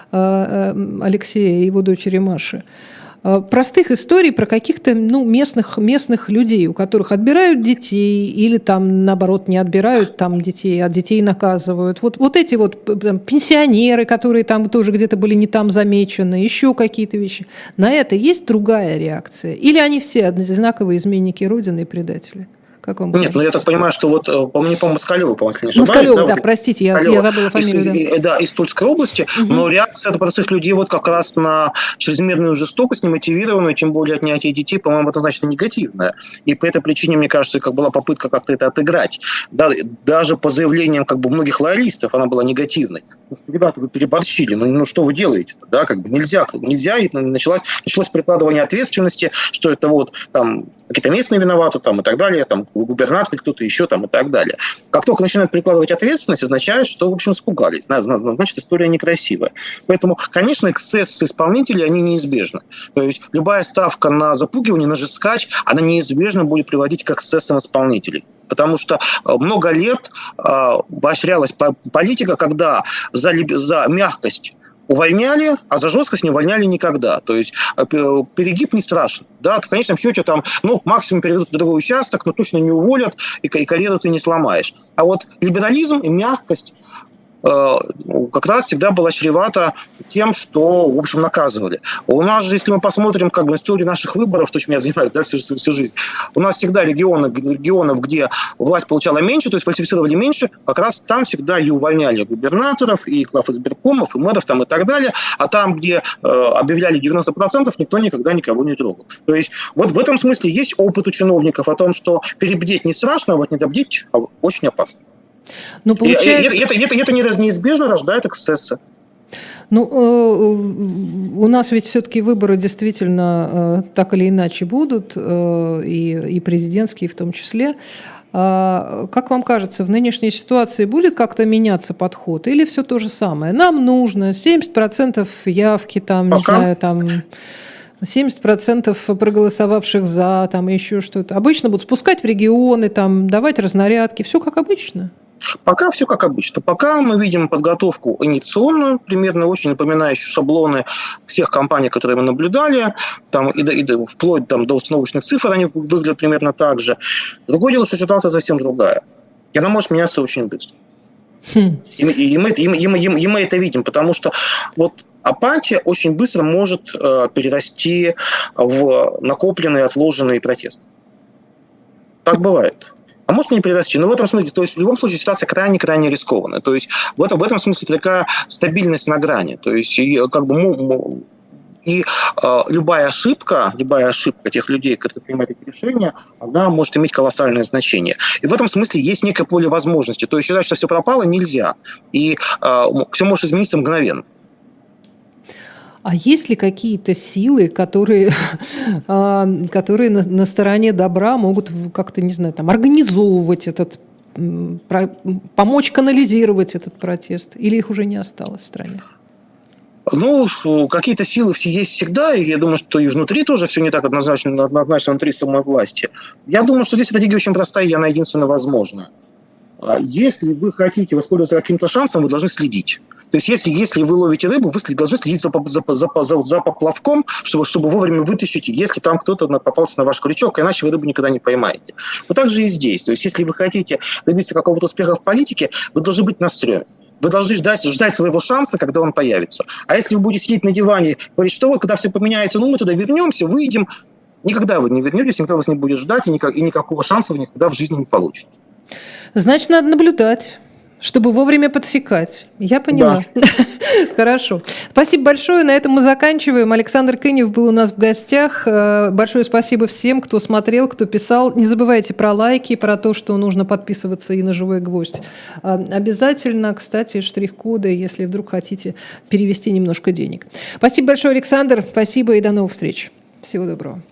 Алексея и его дочери Маши. Простых историй про каких-то местных людей, у которых отбирают детей или там, наоборот, не отбирают там детей, а детей наказывают. Вот эти вот пенсионеры, которые там тоже где-то были не там замечены, еще какие-то вещи. На это есть другая реакция? Или они все одинаковые изменники Родины и предатели? Как вам кажется? Нет, я так понимаю, что вот, по-моему, Москалёва, если не ошибаюсь. Москалёва, да, простите, я забыла фамилию. Да, из Тульской области, но реакция простых людей вот как раз на чрезмерную жестокость, немотивированную, тем более отнятие детей, по-моему, однозначно негативная. И по этой причине, мне кажется, как была попытка как-то это отыграть. Да, даже по заявлениям как бы многих лоялистов она была негативной. Ребята, вы переборщили, ну что вы делаете-то, да, как бы нельзя, и началось прикладывание ответственности, что это вот там какие-то местные виноваты там и так далее, там губернатор, кто-то еще там и так далее. Как только начинают прикладывать ответственность, означает, что, в общем, испугались. Значит, история некрасивая. Поэтому, конечно, эксцессы исполнителей, они неизбежны. То есть любая ставка на запугивание, на жесткач, она неизбежно будет приводить к эксцессам исполнителей. Потому что много лет поощрялась политика, когда за мягкость увольняли, а за жесткость не увольняли никогда. То есть перегиб не страшен. Да? В конечном счете там, максимум переведут в другой участок, но точно не уволят, и карьеру ты не сломаешь. А вот либерализм и мягкость как раз всегда была чревата тем, что, в общем, наказывали. У нас же, если мы посмотрим как бы историю наших выборов, то, чем я занимаюсь, да, всю жизнь, у нас всегда регионов, где власть получала меньше, то есть фальсифицировали меньше, как раз там всегда и увольняли губернаторов, и глав избиркомов, и мэров там, и так далее, а там, где объявляли 90%, никто никогда никого не трогал. То есть вот в этом смысле есть опыт у чиновников о том, что перебдеть не страшно, а вот недобдеть очень опасно. Но получается... Это неизбежно рождает эксцессы. У нас ведь все-таки выборы действительно так или иначе будут, и президентские в том числе. Как вам кажется, в нынешней ситуации будет как-то меняться подход? Или все то же самое? Нам нужно 70% явки, там, не знаю, там... 70% проголосовавших за, там еще что-то. Обычно будут спускать в регионы, там, давать разнарядки. Все как обычно. Пока все как обычно. Пока мы видим подготовку инициационную, примерно очень напоминающую шаблоны всех кампаний, которые мы наблюдали, там, вплоть там, до установочных цифр они выглядят примерно так же. Другое дело, что ситуация совсем другая. И она может меняться очень быстро. И мы это видим, потому что вот апатия очень быстро может перерасти в накопленный, отложенный протест. Так бывает. а может не предотвратить. Но в этом смысле, то есть в любом случае ситуация крайне-крайне рискованная. То есть в этом смысле такая стабильность на грани. То есть как бы любая ошибка тех людей, которые принимают эти решения, она может иметь колоссальное значение. И в этом смысле есть некое поле возможностей. То есть считать, что все пропало, нельзя. И все может измениться мгновенно. А есть ли какие-то силы, которые на стороне добра могут как-то, не знаю, там, организовывать помочь канализировать этот протест? Или их уже не осталось в стране? Ну, какие-то силы все есть всегда, и я думаю, что и внутри тоже все не так однозначно внутри самой власти. Я думаю, что здесь стратегия очень простая, и она единственно возможна. Если вы хотите воспользоваться каким-то шансом, вы должны следить. То есть, если вы ловите рыбу, вы должны следить за поплавком, чтобы вовремя вытащить, если там кто-то попался на ваш крючок, иначе вы рыбу никогда не поймаете. Вот так же и здесь. То есть, если вы хотите добиться какого-то успеха в политике, вы должны быть на стреме. Вы должны ждать своего шанса, когда он появится. А если вы будете сидеть на диване и говорить, что вот, когда все поменяется, мы туда вернемся, выйдем, никогда вы не вернетесь, никто вас не будет ждать, и никакого шанса вы никогда в жизни не получите. Значит, надо наблюдать, чтобы вовремя подсекать. Я поняла. Да. Хорошо. Спасибо большое. На этом мы заканчиваем. Александр Кынев был у нас в гостях. Большое спасибо всем, кто смотрел, кто писал. Не забывайте про лайки, про то, что нужно подписываться и на «Живой гвоздь». Обязательно, кстати, штрих-коды, если вдруг хотите перевести немножко денег. Спасибо большое, Александр. Спасибо и до новых встреч. Всего доброго.